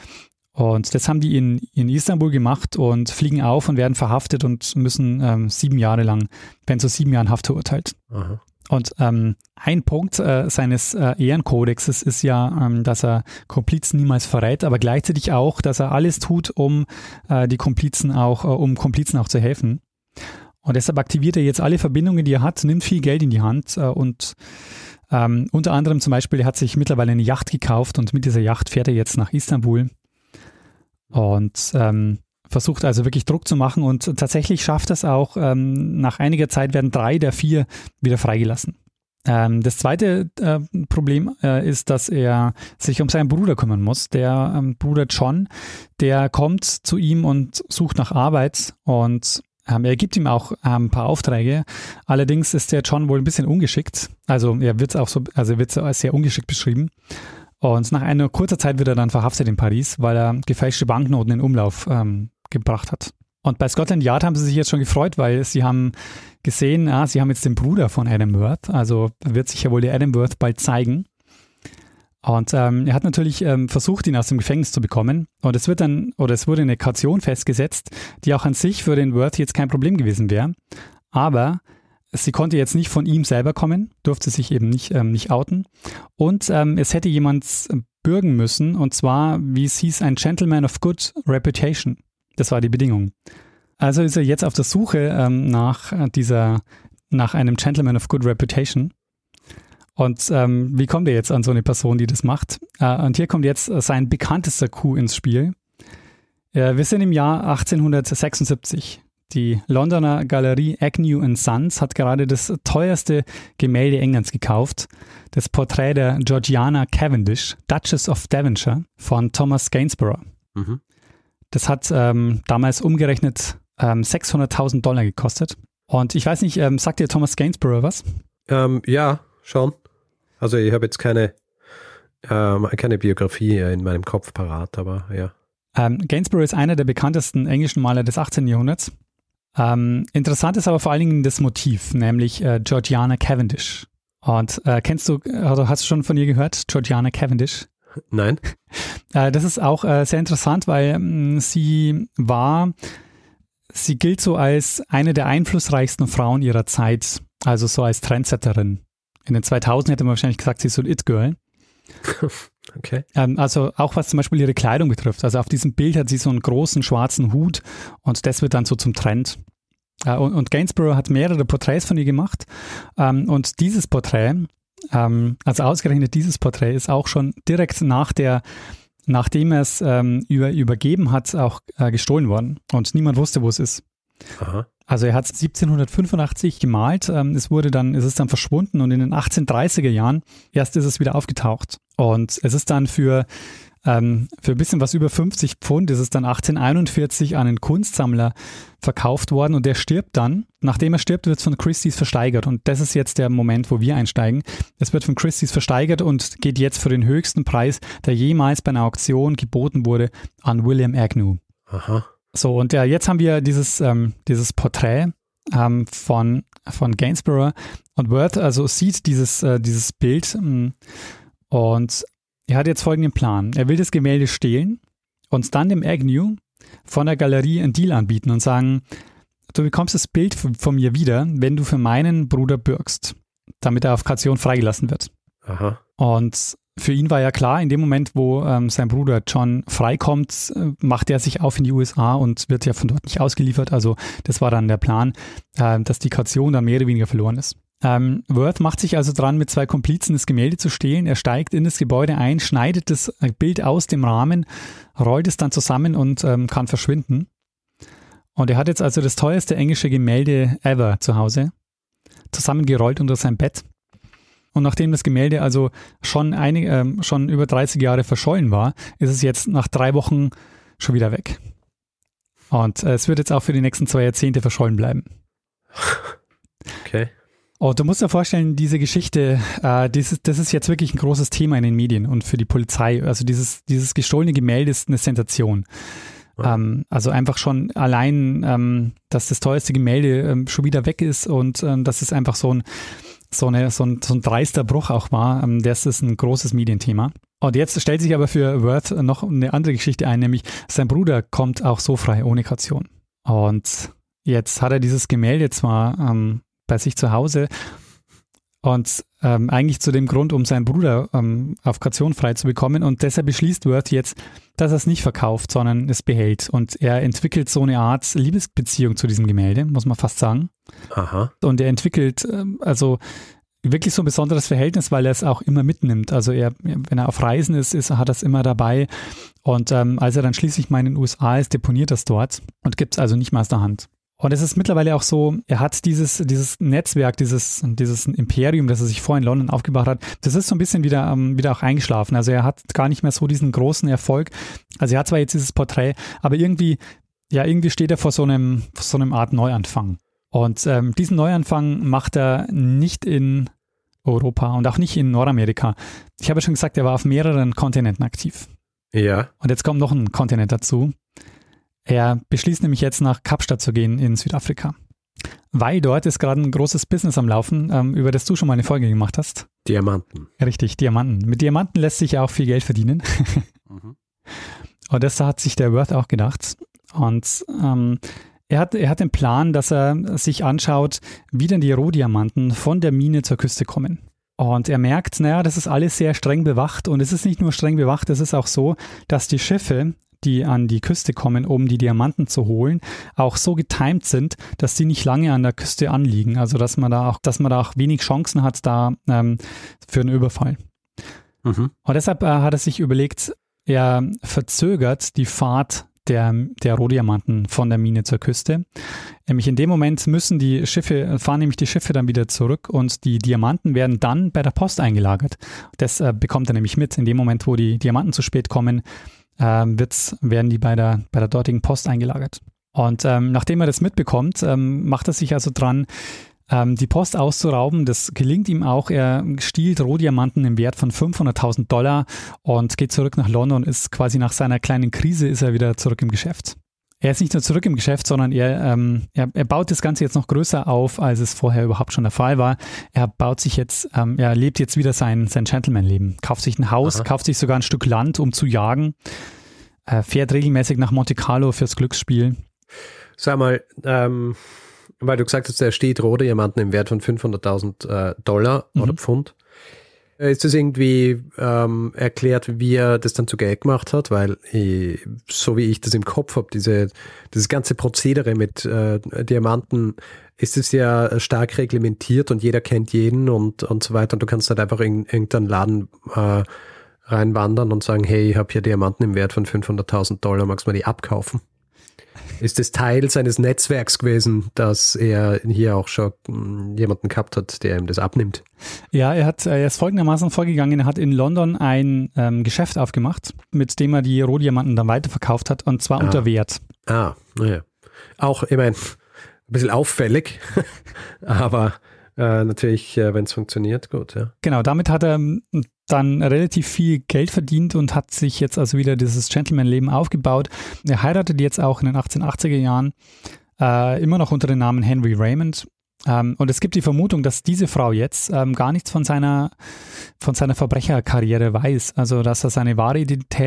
Und das haben die in Istanbul gemacht und fliegen auf und werden verhaftet und müssen 7 Jahre lang, werden zu 7 Jahren Haft verurteilt. Aha. Und ein Punkt seines Ehrenkodexes ist ja, dass er Komplizen niemals verrät, aber gleichzeitig auch, dass er alles tut, um Komplizen auch zu helfen. Und deshalb aktiviert er jetzt alle Verbindungen, die er hat, nimmt viel Geld in die Hand und Unter anderem zum Beispiel, er hat sich mittlerweile eine Yacht gekauft und mit dieser Yacht fährt er jetzt nach Istanbul und versucht also wirklich Druck zu machen und tatsächlich schafft es auch, nach einiger Zeit werden 3 der 4 wieder freigelassen. Das zweite Problem ist, dass er sich um seinen Bruder kümmern muss. Der Bruder John, der kommt zu ihm und sucht nach Arbeit und er gibt ihm auch ein paar Aufträge. Allerdings ist der John wohl ein bisschen ungeschickt. Also er wird als sehr ungeschickt beschrieben. Und nach einer kurzer Zeit wird er dann verhaftet in Paris, weil er gefälschte Banknoten in Umlauf gebracht hat. Und bei Scotland Yard haben sie sich jetzt schon gefreut, weil sie haben gesehen, sie haben jetzt den Bruder von Adam Worth, also wird sich ja wohl der Adam Worth bald zeigen. Und er hat natürlich versucht, ihn aus dem Gefängnis zu bekommen. Und es wurde eine Kaution festgesetzt, die auch an sich für den Worth jetzt kein Problem gewesen wäre. Aber sie konnte jetzt nicht von ihm selber kommen, durfte sich eben nicht outen. Und es hätte jemand bürgen müssen, und zwar, wie es hieß, ein Gentleman of good reputation. Das war die Bedingung. Also ist er jetzt auf der Suche nach einem Gentleman of good reputation. Und wie kommt er jetzt an so eine Person, die das macht? Und hier kommt jetzt sein bekanntester Coup ins Spiel. Wir sind im Jahr 1876. Die Londoner Galerie Agnew & Sons hat gerade das teuerste Gemälde Englands gekauft. Das Porträt der Georgiana Cavendish, Duchess of Devonshire, von Thomas Gainsborough. Mhm. Das hat damals umgerechnet $600.000 gekostet. Und ich weiß nicht, sagt dir Thomas Gainsborough was? Ja, schon. Also ich habe jetzt keine Biografie in meinem Kopf parat, aber ja. Gainsborough ist einer der bekanntesten englischen Maler des 18. Jahrhunderts. Interessant ist aber vor allen Dingen das Motiv, nämlich Georgiana Cavendish. Und hast du schon von ihr gehört, Georgiana Cavendish? Nein. Das ist auch sehr interessant, weil sie gilt so als eine der einflussreichsten Frauen ihrer Zeit, also so als Trendsetterin. In den 2000 hätte man wahrscheinlich gesagt, sie ist so ein It-Girl. Okay. Also auch was zum Beispiel ihre Kleidung betrifft. Also auf diesem Bild hat sie so einen großen schwarzen Hut und das wird dann so zum Trend. Und Gainsborough hat mehrere Porträts von ihr gemacht. Und dieses Porträt, also ausgerechnet dieses Porträt, ist auch schon direkt nachdem er es übergeben hat, auch gestohlen worden. Und niemand wusste, wo es ist. Aha. Also er hat es 1785 gemalt, es ist dann verschwunden und in den 1830er Jahren erst ist es wieder aufgetaucht. Und es ist dann für ein bisschen was über 50 Pfund, ist es dann 1841 an einen Kunstsammler verkauft worden und der stirbt dann. Nachdem er stirbt, wird es von Christie's versteigert und das ist jetzt der Moment, wo wir einsteigen. Es wird von Christie's versteigert und geht jetzt für den höchsten Preis, der jemals bei einer Auktion geboten wurde, an William Agnew. Aha. So, und jetzt haben wir dieses Porträt von Gainsborough und Worth also sieht dieses Bild und er hat jetzt folgenden Plan. Er will das Gemälde stehlen und dann dem Agnew von der Galerie einen Deal anbieten und sagen, du bekommst das Bild von mir wieder, wenn du für meinen Bruder bürgst, damit er auf Kaution freigelassen wird. Aha. Und für ihn war ja klar, in dem Moment, wo sein Bruder John freikommt, macht er sich auf in die USA und wird ja von dort nicht ausgeliefert. Also das war dann der Plan, dass die Kaution dann mehr oder weniger verloren ist. Worth macht sich also dran, mit 2 Komplizen das Gemälde zu stehlen. Er steigt in das Gebäude ein, schneidet das Bild aus dem Rahmen, rollt es dann zusammen und kann verschwinden. Und er hat jetzt also das teuerste englische Gemälde ever zu Hause, zusammengerollt unter sein Bett. Und nachdem das Gemälde also schon über 30 Jahre verschollen war, ist es jetzt nach 3 Wochen schon wieder weg. Und es wird jetzt auch für die nächsten 2 Jahrzehnte verschollen bleiben. Okay. Und du musst dir vorstellen, diese Geschichte, das ist jetzt wirklich ein großes Thema in den Medien und für die Polizei. Also dieses gestohlene Gemälde ist eine Sensation. Ja. Also einfach schon allein, dass das teuerste Gemälde schon wieder weg ist und dass es einfach so ein dreister Bruch auch war, das ist ein großes Medienthema. Und jetzt stellt sich aber für Worth noch eine andere Geschichte ein, nämlich sein Bruder kommt auch so frei, ohne Kaution. Und jetzt hat er dieses Gemälde zwar bei sich zu Hause und eigentlich zu dem Grund, um seinen Bruder auf Kaution frei zu bekommen und deshalb beschließt Worth jetzt, dass er es nicht verkauft, sondern es behält und er entwickelt so eine Art Liebesbeziehung zu diesem Gemälde, muss man fast sagen. Aha. Und er entwickelt wirklich so ein besonderes Verhältnis, weil er es auch immer mitnimmt. Also wenn er auf Reisen ist, hat er es immer dabei. Und als er dann schließlich mal in den USA ist, deponiert er es dort und gibt es also nicht mehr aus der Hand. Und es ist mittlerweile auch so, er hat dieses Netzwerk, dieses Imperium, das er sich vorher in London aufgebaut hat, das ist so ein bisschen wieder auch eingeschlafen. Also er hat gar nicht mehr so diesen großen Erfolg. Also er hat zwar jetzt dieses Porträt, aber irgendwie steht er vor so einem Art Neuanfang. Und diesen Neuanfang macht er nicht in Europa und auch nicht in Nordamerika. Ich habe ja schon gesagt, er war auf mehreren Kontinenten aktiv. Ja. Und jetzt kommt noch ein Kontinent dazu. Er beschließt nämlich jetzt nach Kapstadt zu gehen in Südafrika. Weil dort ist gerade ein großes Business am Laufen, über das du schon mal eine Folge gemacht hast. Diamanten. Richtig, Diamanten. Mit Diamanten lässt sich ja auch viel Geld verdienen. Mhm. Und das hat sich der Worth auch gedacht. Und er hat den Plan, dass er sich anschaut, wie denn die Rohdiamanten von der Mine zur Küste kommen. Und er merkt, das ist alles sehr streng bewacht. Und es ist nicht nur streng bewacht, es ist auch so, dass die Schiffe, die an die Küste kommen, um die Diamanten zu holen, auch so getimed sind, dass die nicht lange an der Küste anliegen. Also dass man da auch wenig Chancen hat da für einen Überfall. Mhm. Und deshalb hat er sich überlegt, er verzögert die Fahrt der Rohdiamanten von der Mine zur Küste. Nämlich in dem Moment fahren nämlich die Schiffe dann wieder zurück und die Diamanten werden dann bei der Post eingelagert. Das bekommt er nämlich mit. In dem Moment, wo die Diamanten zu spät kommen, werden die bei der dortigen Post eingelagert. Und nachdem er das mitbekommt, macht er sich also dran, die Post auszurauben. Das gelingt ihm auch. Er stiehlt Rohdiamanten im Wert von $500.000 und geht zurück nach London und ist quasi nach seiner kleinen Krise ist er wieder zurück im Geschäft. Er ist nicht nur zurück im Geschäft, sondern er baut das Ganze jetzt noch größer auf, als es vorher überhaupt schon der Fall war. Er lebt jetzt wieder sein Gentleman-Leben. Kauft sich ein Haus, kauft sich sogar ein Stück Land, um zu jagen, fährt regelmäßig nach Monte Carlo fürs Glücksspiel. Sag mal, weil du gesagt hast, er steht Rohdiamanten im Wert von $500.000 oder Pfund. Ist das irgendwie erklärt, wie er das dann zu Geld gemacht hat? Weil, so wie ich das im Kopf habe, dieses ganze Prozedere mit Diamanten, ist es ja stark reglementiert und jeder kennt jeden und so weiter. Und du kannst halt einfach in irgendeinen Laden reinwandern und sagen, hey, ich habe hier Diamanten im Wert von $500.000, magst du mal die abkaufen? Ist das Teil seines Netzwerks gewesen, dass er hier auch schon jemanden gehabt hat, der ihm das abnimmt? Ja, er ist folgendermaßen vorgegangen. Er hat in London ein Geschäft aufgemacht, mit dem er die Rohdiamanten dann weiterverkauft hat, und zwar unter Wert. Naja. Auch, ich meine, ein bisschen auffällig, aber natürlich, wenn es funktioniert, gut, ja. Genau, damit hat er dann relativ viel Geld verdient und hat sich jetzt also wieder dieses Gentleman-Leben aufgebaut. Er heiratet jetzt auch in den 1880er Jahren, immer noch unter dem Namen Henry Raymond. Und es gibt die Vermutung, dass diese Frau jetzt gar nichts von seiner Verbrecherkarriere weiß. Also dass die seine wahre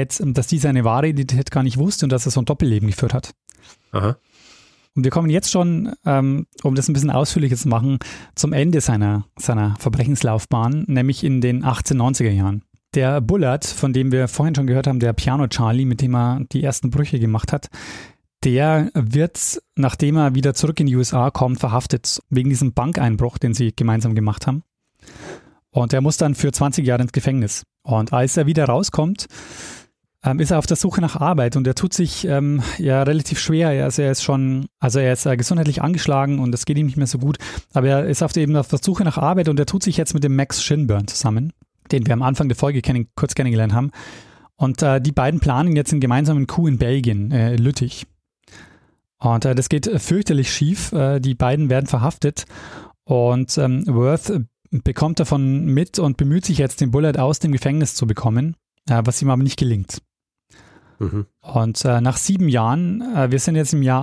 Identität gar nicht wusste und dass er so ein Doppelleben geführt hat. Aha. Und wir kommen jetzt schon, um das ein bisschen ausführlicher zu machen, zum Ende seiner Verbrechenslaufbahn, nämlich in den 1890er Jahren. Der Bullard, von dem wir vorhin schon gehört haben, der Piano Charlie, mit dem er die ersten Brüche gemacht hat, der wird, nachdem er wieder zurück in die USA kommt, verhaftet wegen diesem Bankeinbruch, den sie gemeinsam gemacht haben. Und er muss dann für 20 Jahre ins Gefängnis. Und als er wieder rauskommt, ist er auf der Suche nach Arbeit und er tut sich relativ schwer. Er ist gesundheitlich angeschlagen und es geht ihm nicht mehr so gut. Aber er ist auf der Suche nach Arbeit und er tut sich jetzt mit dem Max Shinburn zusammen, den wir am Anfang der Folge kurz kennengelernt haben. Und die beiden planen jetzt einen gemeinsamen Coup in Belgien, Lüttich. Und das geht fürchterlich schief. Die beiden werden verhaftet und Worth bekommt davon mit und bemüht sich jetzt, den Bullard aus dem Gefängnis zu bekommen, was ihm aber nicht gelingt. Mhm. Und nach 7 Jahren, wir sind jetzt im Jahr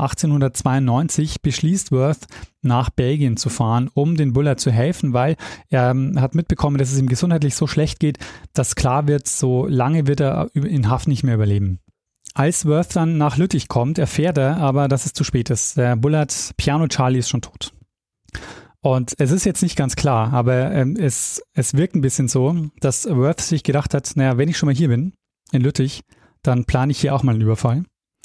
1892, beschließt Worth, nach Belgien zu fahren, um den Bullard zu helfen, weil er hat mitbekommen, dass es ihm gesundheitlich so schlecht geht, dass klar wird, so lange wird er in Haft nicht mehr überleben. Als Worth dann nach Lüttich kommt, erfährt er aber, dass es zu spät ist. Der Bullard, Piano Charlie, ist schon tot. Und es ist jetzt nicht ganz klar, aber es wirkt ein bisschen so, dass Worth sich gedacht hat, naja, wenn ich schon mal hier bin, in Lüttich, dann plane ich hier auch mal einen Überfall.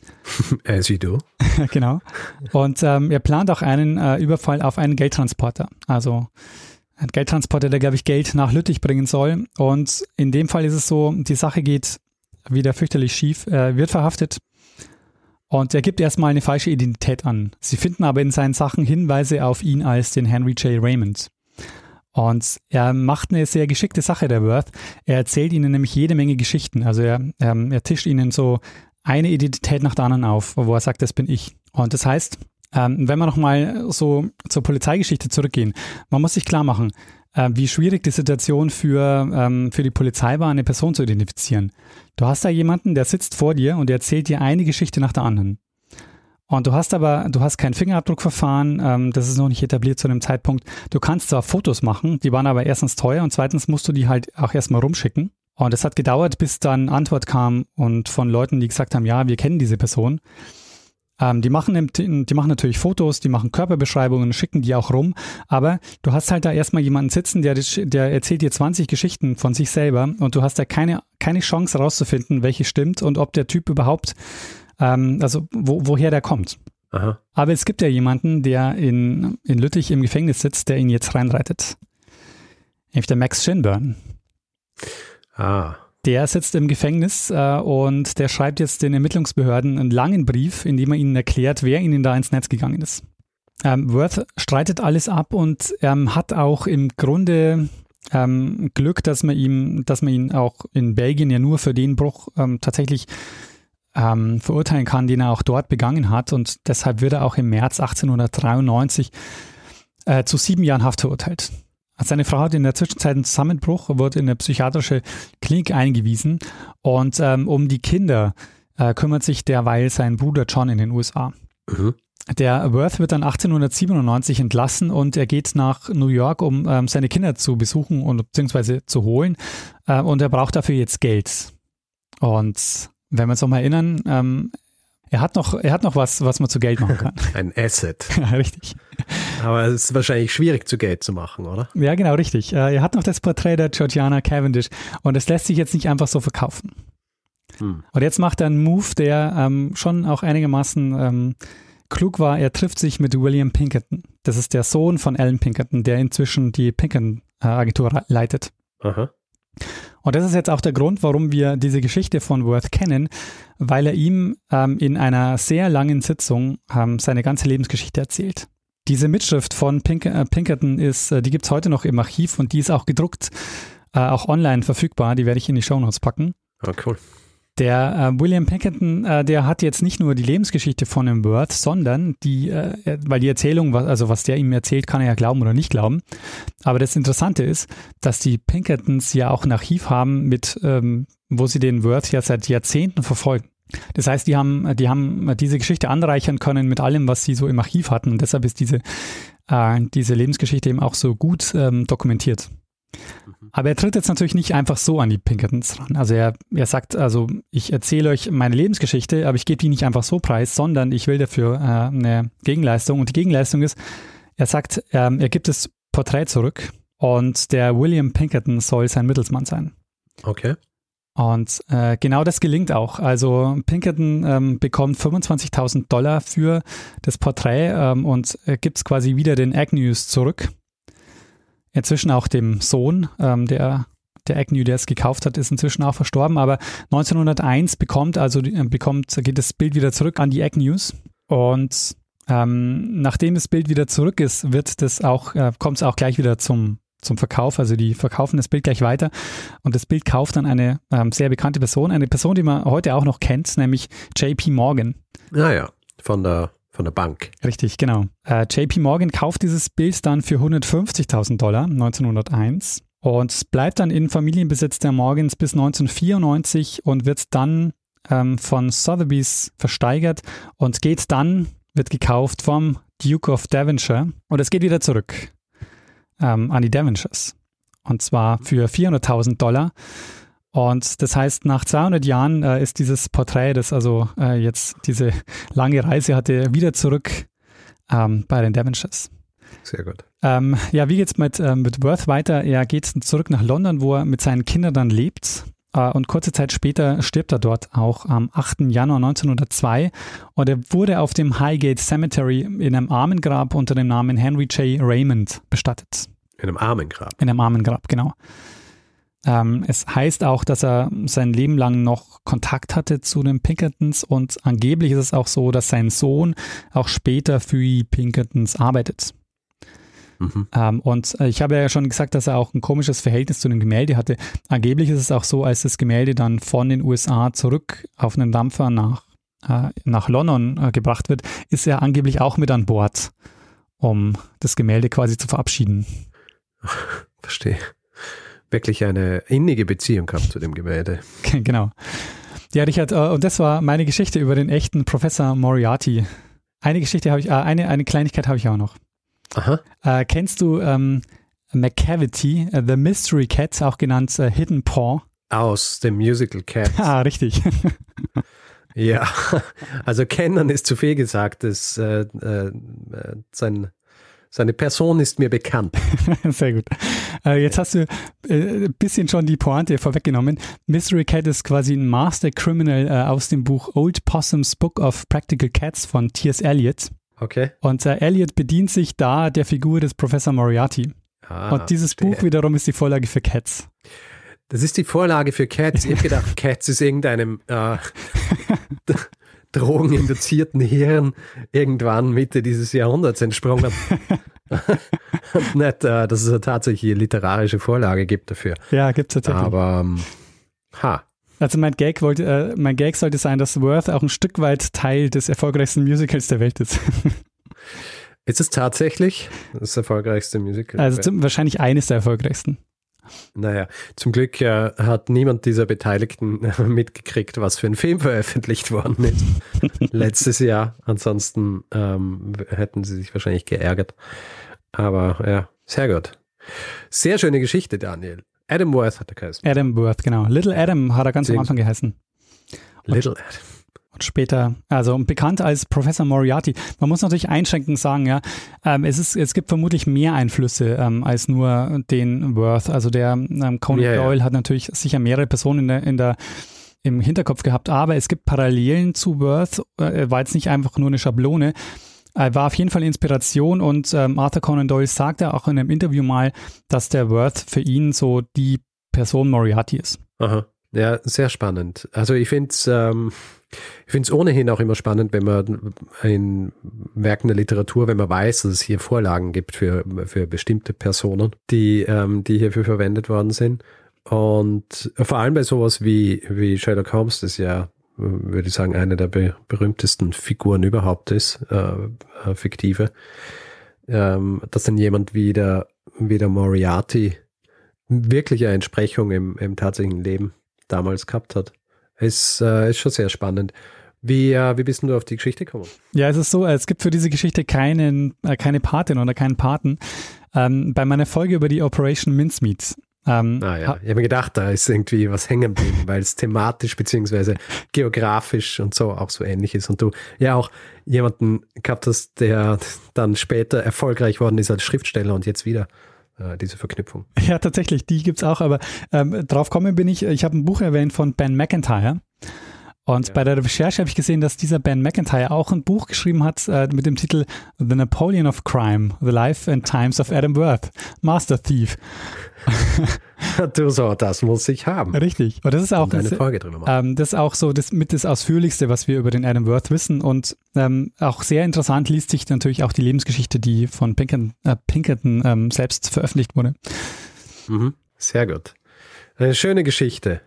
As you do. Genau. Und er plant auch einen Überfall auf einen Geldtransporter. Also Ein Geldtransporter, der, glaube ich, Geld nach Lüttich bringen soll. Und in dem Fall ist es so, die Sache geht wieder fürchterlich schief. Er wird verhaftet und er gibt erstmal eine falsche Identität an. Sie finden aber in seinen Sachen Hinweise auf ihn als den Henry J. Raymond. Und er macht eine sehr geschickte Sache, der Worth. Er erzählt ihnen nämlich jede Menge Geschichten. Also er tischt ihnen so eine Identität nach der anderen auf, wo er sagt, das bin ich. Und das heißt, wenn wir nochmal so zur Polizeigeschichte zurückgehen, man muss sich klar machen, wie schwierig die Situation für die Polizei war, eine Person zu identifizieren. Du hast da jemanden, der sitzt vor dir und der erzählt dir eine Geschichte nach der anderen. Und du hast kein Fingerabdruckverfahren, das ist noch nicht etabliert zu dem Zeitpunkt. Du kannst zwar Fotos machen, die waren aber erstens teuer und zweitens musst du die halt auch erstmal rumschicken. Und es hat gedauert, bis dann Antwort kam und von Leuten, die gesagt haben, ja, wir kennen diese Person. Die machen natürlich Fotos, die machen Körperbeschreibungen, schicken die auch rum, aber du hast halt da erstmal jemanden sitzen, der erzählt dir 20 Geschichten von sich selber und du hast da keine Chance rauszufinden, welche stimmt und ob der Typ überhaupt, woher der kommt. Aha. Aber es gibt ja jemanden, der in Lüttich im Gefängnis sitzt, der ihn jetzt reinreitet. Nämlich der Max Shinburn. Ah. Der sitzt im Gefängnis und der schreibt jetzt den Ermittlungsbehörden einen langen Brief, in dem er ihnen erklärt, wer ihnen da ins Netz gegangen ist. Worth streitet alles ab und hat auch im Grunde Glück, dass man ihn auch in Belgien ja nur für den Bruch tatsächlich verurteilen kann, den er auch dort begangen hat. Und deshalb wird er auch im März 1893 zu 7 Jahren Haft verurteilt. Seine Frau hat in der Zwischenzeit einen Zusammenbruch, wurde in eine psychiatrische Klinik eingewiesen und um die Kinder kümmert sich derweil sein Bruder John in den USA. Mhm. Der Worth wird dann 1897 entlassen und er geht nach New York, um seine Kinder zu besuchen und beziehungsweise zu holen und er braucht dafür jetzt Geld. Und wenn wir uns noch mal erinnern, er hat noch was man zu Geld machen kann. Ein Asset. Ja, richtig. Aber es ist wahrscheinlich schwierig zu Geld zu machen, oder? Ja, genau, richtig. Er hat noch das Porträt der Georgiana Cavendish und es lässt sich jetzt nicht einfach so verkaufen. Und jetzt macht er einen Move, der schon auch einigermaßen klug war. Er trifft sich mit William Pinkerton. Das ist der Sohn von Alan Pinkerton, der inzwischen die Pinkerton-Agentur leitet. Aha. Und das ist jetzt auch der Grund, warum wir diese Geschichte von Worth kennen, weil er ihm in einer sehr langen Sitzung seine ganze Lebensgeschichte erzählt. Diese Mitschrift von Pinkerton die gibt es heute noch im Archiv und die ist auch gedruckt, auch online verfügbar. Die werde ich in die Shownotes packen. Oh, cool. Der William Pinkerton, der hat jetzt nicht nur die Lebensgeschichte von dem Worth, sondern weil die Erzählung, was der ihm erzählt, kann er ja glauben oder nicht glauben. Aber das Interessante ist, dass die Pinkertons ja auch ein Archiv haben, wo sie den Worth ja seit Jahrzehnten verfolgen. Das heißt, die haben diese Geschichte anreichern können mit allem, was sie so im Archiv hatten. Und deshalb ist diese Lebensgeschichte eben auch so gut dokumentiert. Aber er tritt jetzt natürlich nicht einfach so an die Pinkertons ran. Also er sagt, ich erzähle euch meine Lebensgeschichte, aber ich gebe die nicht einfach so preis, sondern ich will dafür eine Gegenleistung. Und die Gegenleistung ist, er sagt, er gibt das Porträt zurück und der William Pinkerton soll sein Mittelsmann sein. Okay. Und genau das gelingt auch. Also Pinkerton bekommt $25.000 für das Porträt und gibt es quasi wieder den Agnews zurück. Inzwischen auch dem Sohn, der Agnew, der es gekauft hat, ist inzwischen auch verstorben, aber 1901 geht das Bild wieder zurück an die Agnews und nachdem das Bild wieder zurück ist, kommt es auch gleich wieder zum Verkauf, also die verkaufen das Bild gleich weiter und das Bild kauft dann eine sehr bekannte Person, eine Person, die man heute auch noch kennt, nämlich J.P. Morgan. Naja, von der Bank. Richtig, genau. J.P. Morgan kauft dieses Bild dann für $150.000 1901 und es bleibt dann in Familienbesitz der Morgans bis 1994 und wird dann von Sotheby's versteigert und wird gekauft vom Duke of Devonshire und es geht wieder zurück an die Devonshires und zwar für $400.000. Und das heißt, nach 200 Jahren ist dieses Porträt, das jetzt diese lange Reise hatte, wieder zurück bei den Devonshires. Sehr gut. Wie geht's mit Worth weiter? Er geht zurück nach London, wo er mit seinen Kindern dann lebt. Und kurze Zeit später stirbt er dort auch am 8. Januar 1902. Und er wurde auf dem Highgate Cemetery in einem Armengrab unter dem Namen Henry J. Raymond bestattet. In einem Armengrab. In einem Armengrab, genau. Es heißt auch, dass er sein Leben lang noch Kontakt hatte zu den Pinkertons und angeblich ist es auch so, dass sein Sohn auch später für die Pinkertons arbeitet. Und ich habe ja schon gesagt, dass er auch ein komisches Verhältnis zu dem Gemälde hatte. Angeblich ist es auch so, als das Gemälde dann von den USA zurück auf einen Dampfer nach London gebracht wird, ist er angeblich auch mit an Bord, um das Gemälde quasi zu verabschieden. Verstehe. Wirklich eine innige Beziehung gehabt zu dem Gemälde. Genau. Ja, Richard, und das war meine Geschichte über den echten Professor Moriarty. Eine Kleinigkeit habe ich auch noch. Aha. Kennst du McCavity, The Mystery Cat, auch genannt Hidden Paw? Aus dem Musical Cats. Ah, richtig. Ja, also kennen ist zu viel gesagt. Seine Person ist mir bekannt. Sehr gut. Jetzt hast du ein bisschen schon die Pointe vorweggenommen. Mystery Cat ist quasi ein Master Criminal aus dem Buch Old Possum's Book of Practical Cats von T.S. Eliot. Okay. Und Eliot bedient sich da der Figur des Professor Moriarty. Und dieses Buch wiederum ist die Vorlage für Cats. Das ist die Vorlage für Cats. Ich habe gedacht, Cats ist irgendeinem drogeninduzierten Hirn irgendwann Mitte dieses Jahrhunderts entsprungen. Und nicht, dass es tatsächlich eine literarische Vorlage gibt dafür. Ja, gibt es tatsächlich. Aber, Also mein Gag sollte sein, dass Worth auch ein Stück weit Teil des erfolgreichsten Musicals der Welt ist. Ist es tatsächlich das erfolgreichste Musical? Also wahrscheinlich eines der erfolgreichsten. Naja, zum Glück hat niemand dieser Beteiligten mitgekriegt, was für ein Film veröffentlicht worden ist letztes Jahr. Ansonsten hätten sie sich wahrscheinlich geärgert. Aber ja, sehr gut. Sehr schöne Geschichte, Daniel. Adam Worth hat er geheißen. Adam Worth, genau. Little Adam hat er ganz am Anfang geheißen. Little Adam. Und später, also bekannt als Professor Moriarty. Man muss natürlich einschränkend sagen, ja, es gibt vermutlich mehr Einflüsse als nur den Worth. Also der Conan Doyle hat natürlich sicher mehrere Personen im Hinterkopf gehabt, aber es gibt Parallelen zu Worth. War jetzt nicht einfach nur eine Schablone. War auf jeden Fall Inspiration und Arthur Conan Doyle sagte auch in einem Interview mal, dass der Worth für ihn so die Person Moriarty ist. Aha, ja, sehr spannend. Also ich finde es ohnehin auch immer spannend, wenn man in Werken der Literatur, wenn man weiß, dass es hier Vorlagen gibt für bestimmte Personen, die hierfür verwendet worden sind. Und vor allem bei sowas wie Sherlock Holmes, das ja, würde ich sagen, eine der berühmtesten Figuren überhaupt ist, fiktive, dass dann jemand wie der Moriarty wirklich eine Entsprechung im tatsächlichen Leben damals gehabt hat. Ist schon sehr spannend. Wie bist du auf die Geschichte gekommen? Ja, es ist so, es gibt für diese Geschichte keine Patin oder keinen Paten. Bei meiner Folge über die Operation Mincemeat. Ich habe mir gedacht, da ist irgendwie was hängen geblieben, weil es thematisch beziehungsweise geografisch und so auch so ähnlich ist. Und du ja auch jemanden gehabt hast, der dann später erfolgreich worden ist als Schriftsteller und jetzt wieder diese Verknüpfung. Ja, tatsächlich, die gibt's auch, aber drauf kommen bin ich habe ein Buch erwähnt von Ben McIntyre und bei der Recherche habe ich gesehen, dass dieser Ben McIntyre auch ein Buch geschrieben hat mit dem Titel The Napoleon of Crime, The Life and Times of Adam Worth, Master Thief. Du so, das muss ich haben. Richtig. Und das ist auch eine Folge drüber machen. Das ist auch so das Ausführlichste, was wir über den Adam Worth wissen. Und auch sehr interessant liest sich natürlich auch die Lebensgeschichte, die von Pinkerton selbst veröffentlicht wurde. Mhm. Sehr gut. Eine schöne Geschichte.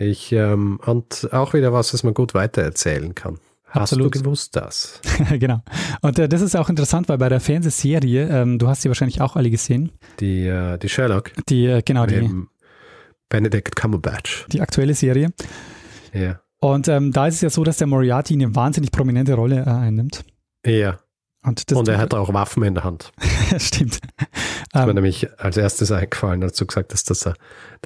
Und auch wieder was man gut weitererzählen kann. Absolut. Hast du gewusst das? Genau. Und das ist auch interessant, weil bei der Fernsehserie, du hast sie wahrscheinlich auch alle gesehen. Die Sherlock. Die Benedict Cumberbatch. Die aktuelle Serie. Ja. Und da ist es ja so, dass der Moriarty eine wahnsinnig prominente Rolle einnimmt. Ja. Und er hat auch Waffen in der Hand. Stimmt. Das ist mir nämlich als erstes eingefallen, als du gesagt hast, dass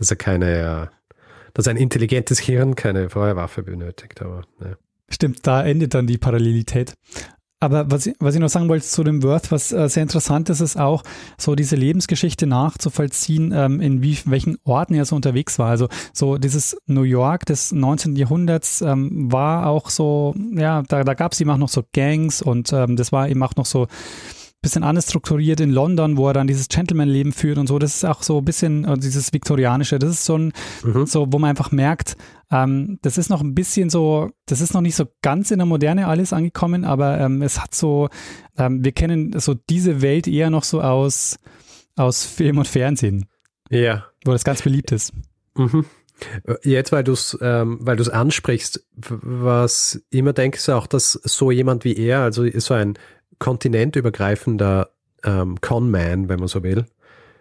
ein intelligentes Hirn keine Feuerwaffe benötigt. Aber ja. Stimmt, da endet dann die Parallelität. Aber was ich noch sagen wollte zu dem Worth, was sehr interessant ist, ist auch so diese Lebensgeschichte nachzuvollziehen, in welchen Orten er so unterwegs war. Also so dieses New York des 19. Jahrhunderts war auch so, ja, da gab es eben auch noch so Gangs und das war eben auch noch so ein bisschen anders strukturiert in London, wo er dann dieses Gentleman-Leben führt und so. Das ist auch so ein bisschen dieses Viktorianische. Das ist so wo man einfach merkt, das ist noch ein bisschen so, das ist noch nicht so ganz in der Moderne alles angekommen, aber es hat so, wir kennen so diese Welt eher noch so aus Film und Fernsehen. Ja. Wo das ganz beliebt ist. Mhm. Jetzt, weil du es ansprichst, was ich immer denke, ist auch, dass so jemand wie er, also so ein kontinentübergreifender Con-Man, wenn man so will,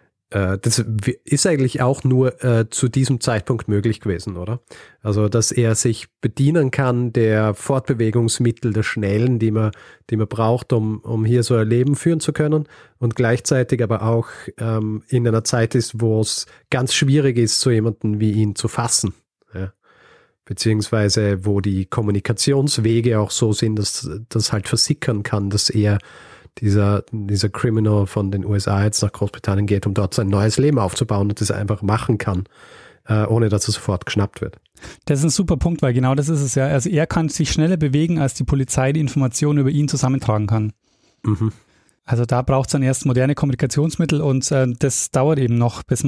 das ist eigentlich auch nur zu diesem Zeitpunkt möglich gewesen, oder? Also, dass er sich bedienen kann der Fortbewegungsmittel, der Schnellen, die man braucht, um hier so ein Leben führen zu können und gleichzeitig aber auch in einer Zeit ist, wo es ganz schwierig ist, so jemanden wie ihn zu fassen. Ja? Beziehungsweise wo die Kommunikationswege auch so sind, dass das halt versickern kann, dass er dieser Criminal von den USA jetzt nach Großbritannien geht, um dort sein neues Leben aufzubauen und das einfach machen kann, ohne dass er sofort geschnappt wird. Das ist ein super Punkt, weil genau das ist es ja. Also er kann sich schneller bewegen, als die Polizei die Informationen über ihn zusammentragen kann. Mhm. Also da braucht es dann erst moderne Kommunikationsmittel und das dauert eben noch, bis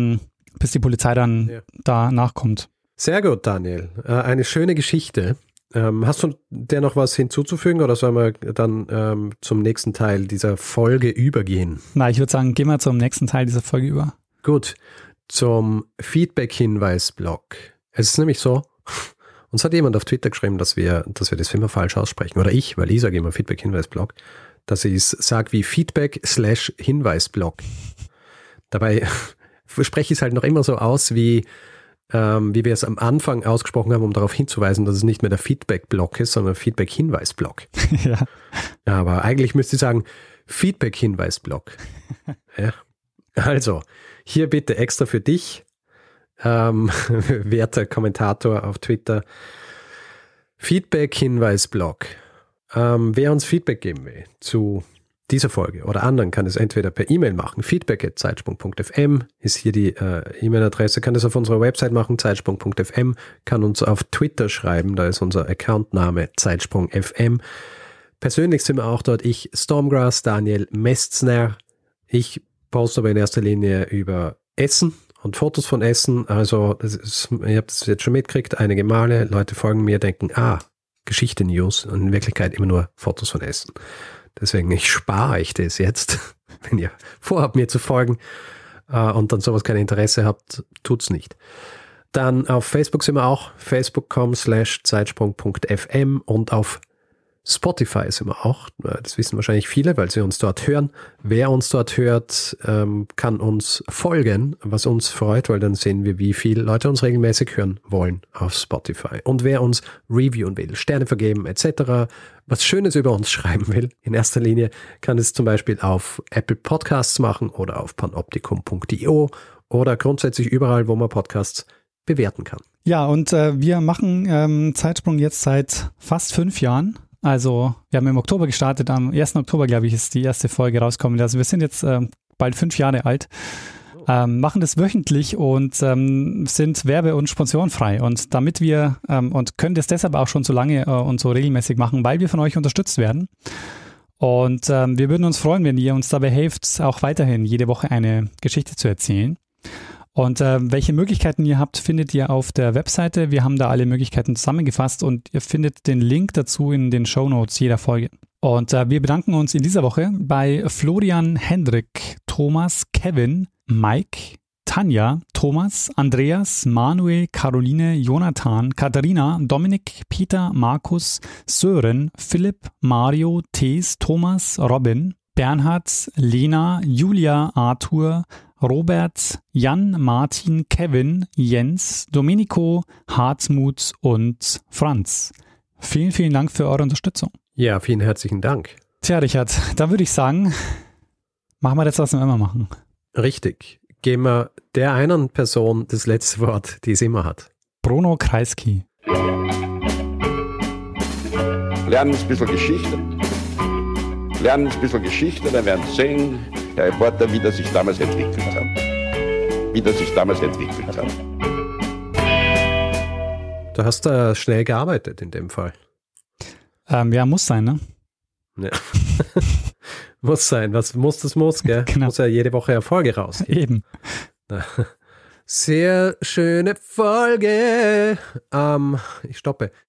die Polizei dann da nachkommt. Sehr gut, Daniel. Eine schöne Geschichte. Hast du der noch was hinzuzufügen oder sollen wir dann zum nächsten Teil dieser Folge übergehen? Na, ich würde sagen, gehen wir zum nächsten Teil dieser Folge über. Gut, zum Feedback-Hinweis-Blog. Es ist nämlich so, uns hat jemand auf Twitter geschrieben, dass wir das immer falsch aussprechen. Oder ich, weil ich sage immer Feedback-Hinweis-Blog, dass ich es sage wie Feedback/Hinweis-Blog. Dabei spreche ich es halt noch immer so aus, wie wir es am Anfang ausgesprochen haben, um darauf hinzuweisen, dass es nicht mehr der Feedback-Block ist, sondern Feedback-Hinweis-Block. Ja. Aber eigentlich müsste ich sagen Feedback-Hinweis-Block. Ja. Also, hier bitte extra für dich, werter Kommentator auf Twitter, Feedback-Hinweis-Block. Wer uns Feedback geben will zu dieser Folge oder anderen, kann es entweder per E-Mail machen, feedback@zeitsprung.fm ist hier die E-Mail-Adresse, kann es auf unserer Website machen, zeitsprung.fm, kann uns auf Twitter schreiben, da ist unser Accountname zeitsprung.fm. Persönlich sind wir auch dort, ich, Stormgrass, Daniel Mestner. Ich poste aber in erster Linie über Essen und Fotos von Essen, also ihr habt es jetzt schon mitgekriegt, einige Male, Leute folgen mir, denken, Geschichte-News und in Wirklichkeit immer nur Fotos von Essen. Deswegen, ich spare euch das jetzt, wenn ihr vorhabt, mir zu folgen und dann sowas kein Interesse habt, tut's nicht. Dann auf Facebook sind wir auch, facebook.com/zeitsprung.fm und auf Spotify sind wir auch. Das wissen wahrscheinlich viele, weil sie uns dort hören. Wer uns dort hört, kann uns folgen, was uns freut, weil dann sehen wir, wie viele Leute uns regelmäßig hören wollen auf Spotify. Und wer uns reviewen will, Sterne vergeben etc., was Schönes über uns schreiben will, in erster Linie, kann es zum Beispiel auf Apple Podcasts machen oder auf panoptikum.io oder grundsätzlich überall, wo man Podcasts bewerten kann. Ja, und wir machen Zeitsprung jetzt seit fast 5 Jahren. Also wir haben im Oktober gestartet, am 1. Oktober, glaube ich, ist die erste Folge rausgekommen. Also wir sind jetzt bald 5 Jahre alt, machen das wöchentlich und sind werbe- und sponsorenfrei. Und damit wir, und können das deshalb auch schon so lange und so regelmäßig machen, weil wir von euch unterstützt werden. Und wir würden uns freuen, wenn ihr uns dabei helft, auch weiterhin jede Woche eine Geschichte zu erzählen. Und welche Möglichkeiten ihr habt, findet ihr auf der Webseite. Wir haben da alle Möglichkeiten zusammengefasst und ihr findet den Link dazu in den Shownotes jeder Folge. Und wir bedanken uns in dieser Woche bei Florian, Hendrik, Thomas, Kevin, Mike, Tanja, Thomas, Andreas, Manuel, Caroline, Jonathan, Katharina, Dominik, Peter, Markus, Sören, Philipp, Mario, Thees, Thomas, Robin, Bernhard, Lena, Julia, Arthur, Robert, Jan, Martin, Kevin, Jens, Domenico, Hartmut und Franz. Vielen, vielen Dank für eure Unterstützung. Ja, vielen herzlichen Dank. Tja, Richard, da würde ich sagen, machen wir das, was wir immer machen. Richtig. Geben wir der einen Person das letzte Wort, die es immer hat. Bruno Kreisky. Lernen ein bisschen Geschichte. Lernen ein bisschen Geschichte, dann werden Sie sehen, der Reporter, wie das sich damals entwickelt hat. Du hast da schnell gearbeitet in dem Fall. Ja, muss sein, ne? Ja. Muss sein. Was muss, das muss, gell? Genau. Muss ja jede Woche Erfolge rausgeben. Eben. Sehr schöne Folge. Ich stoppe.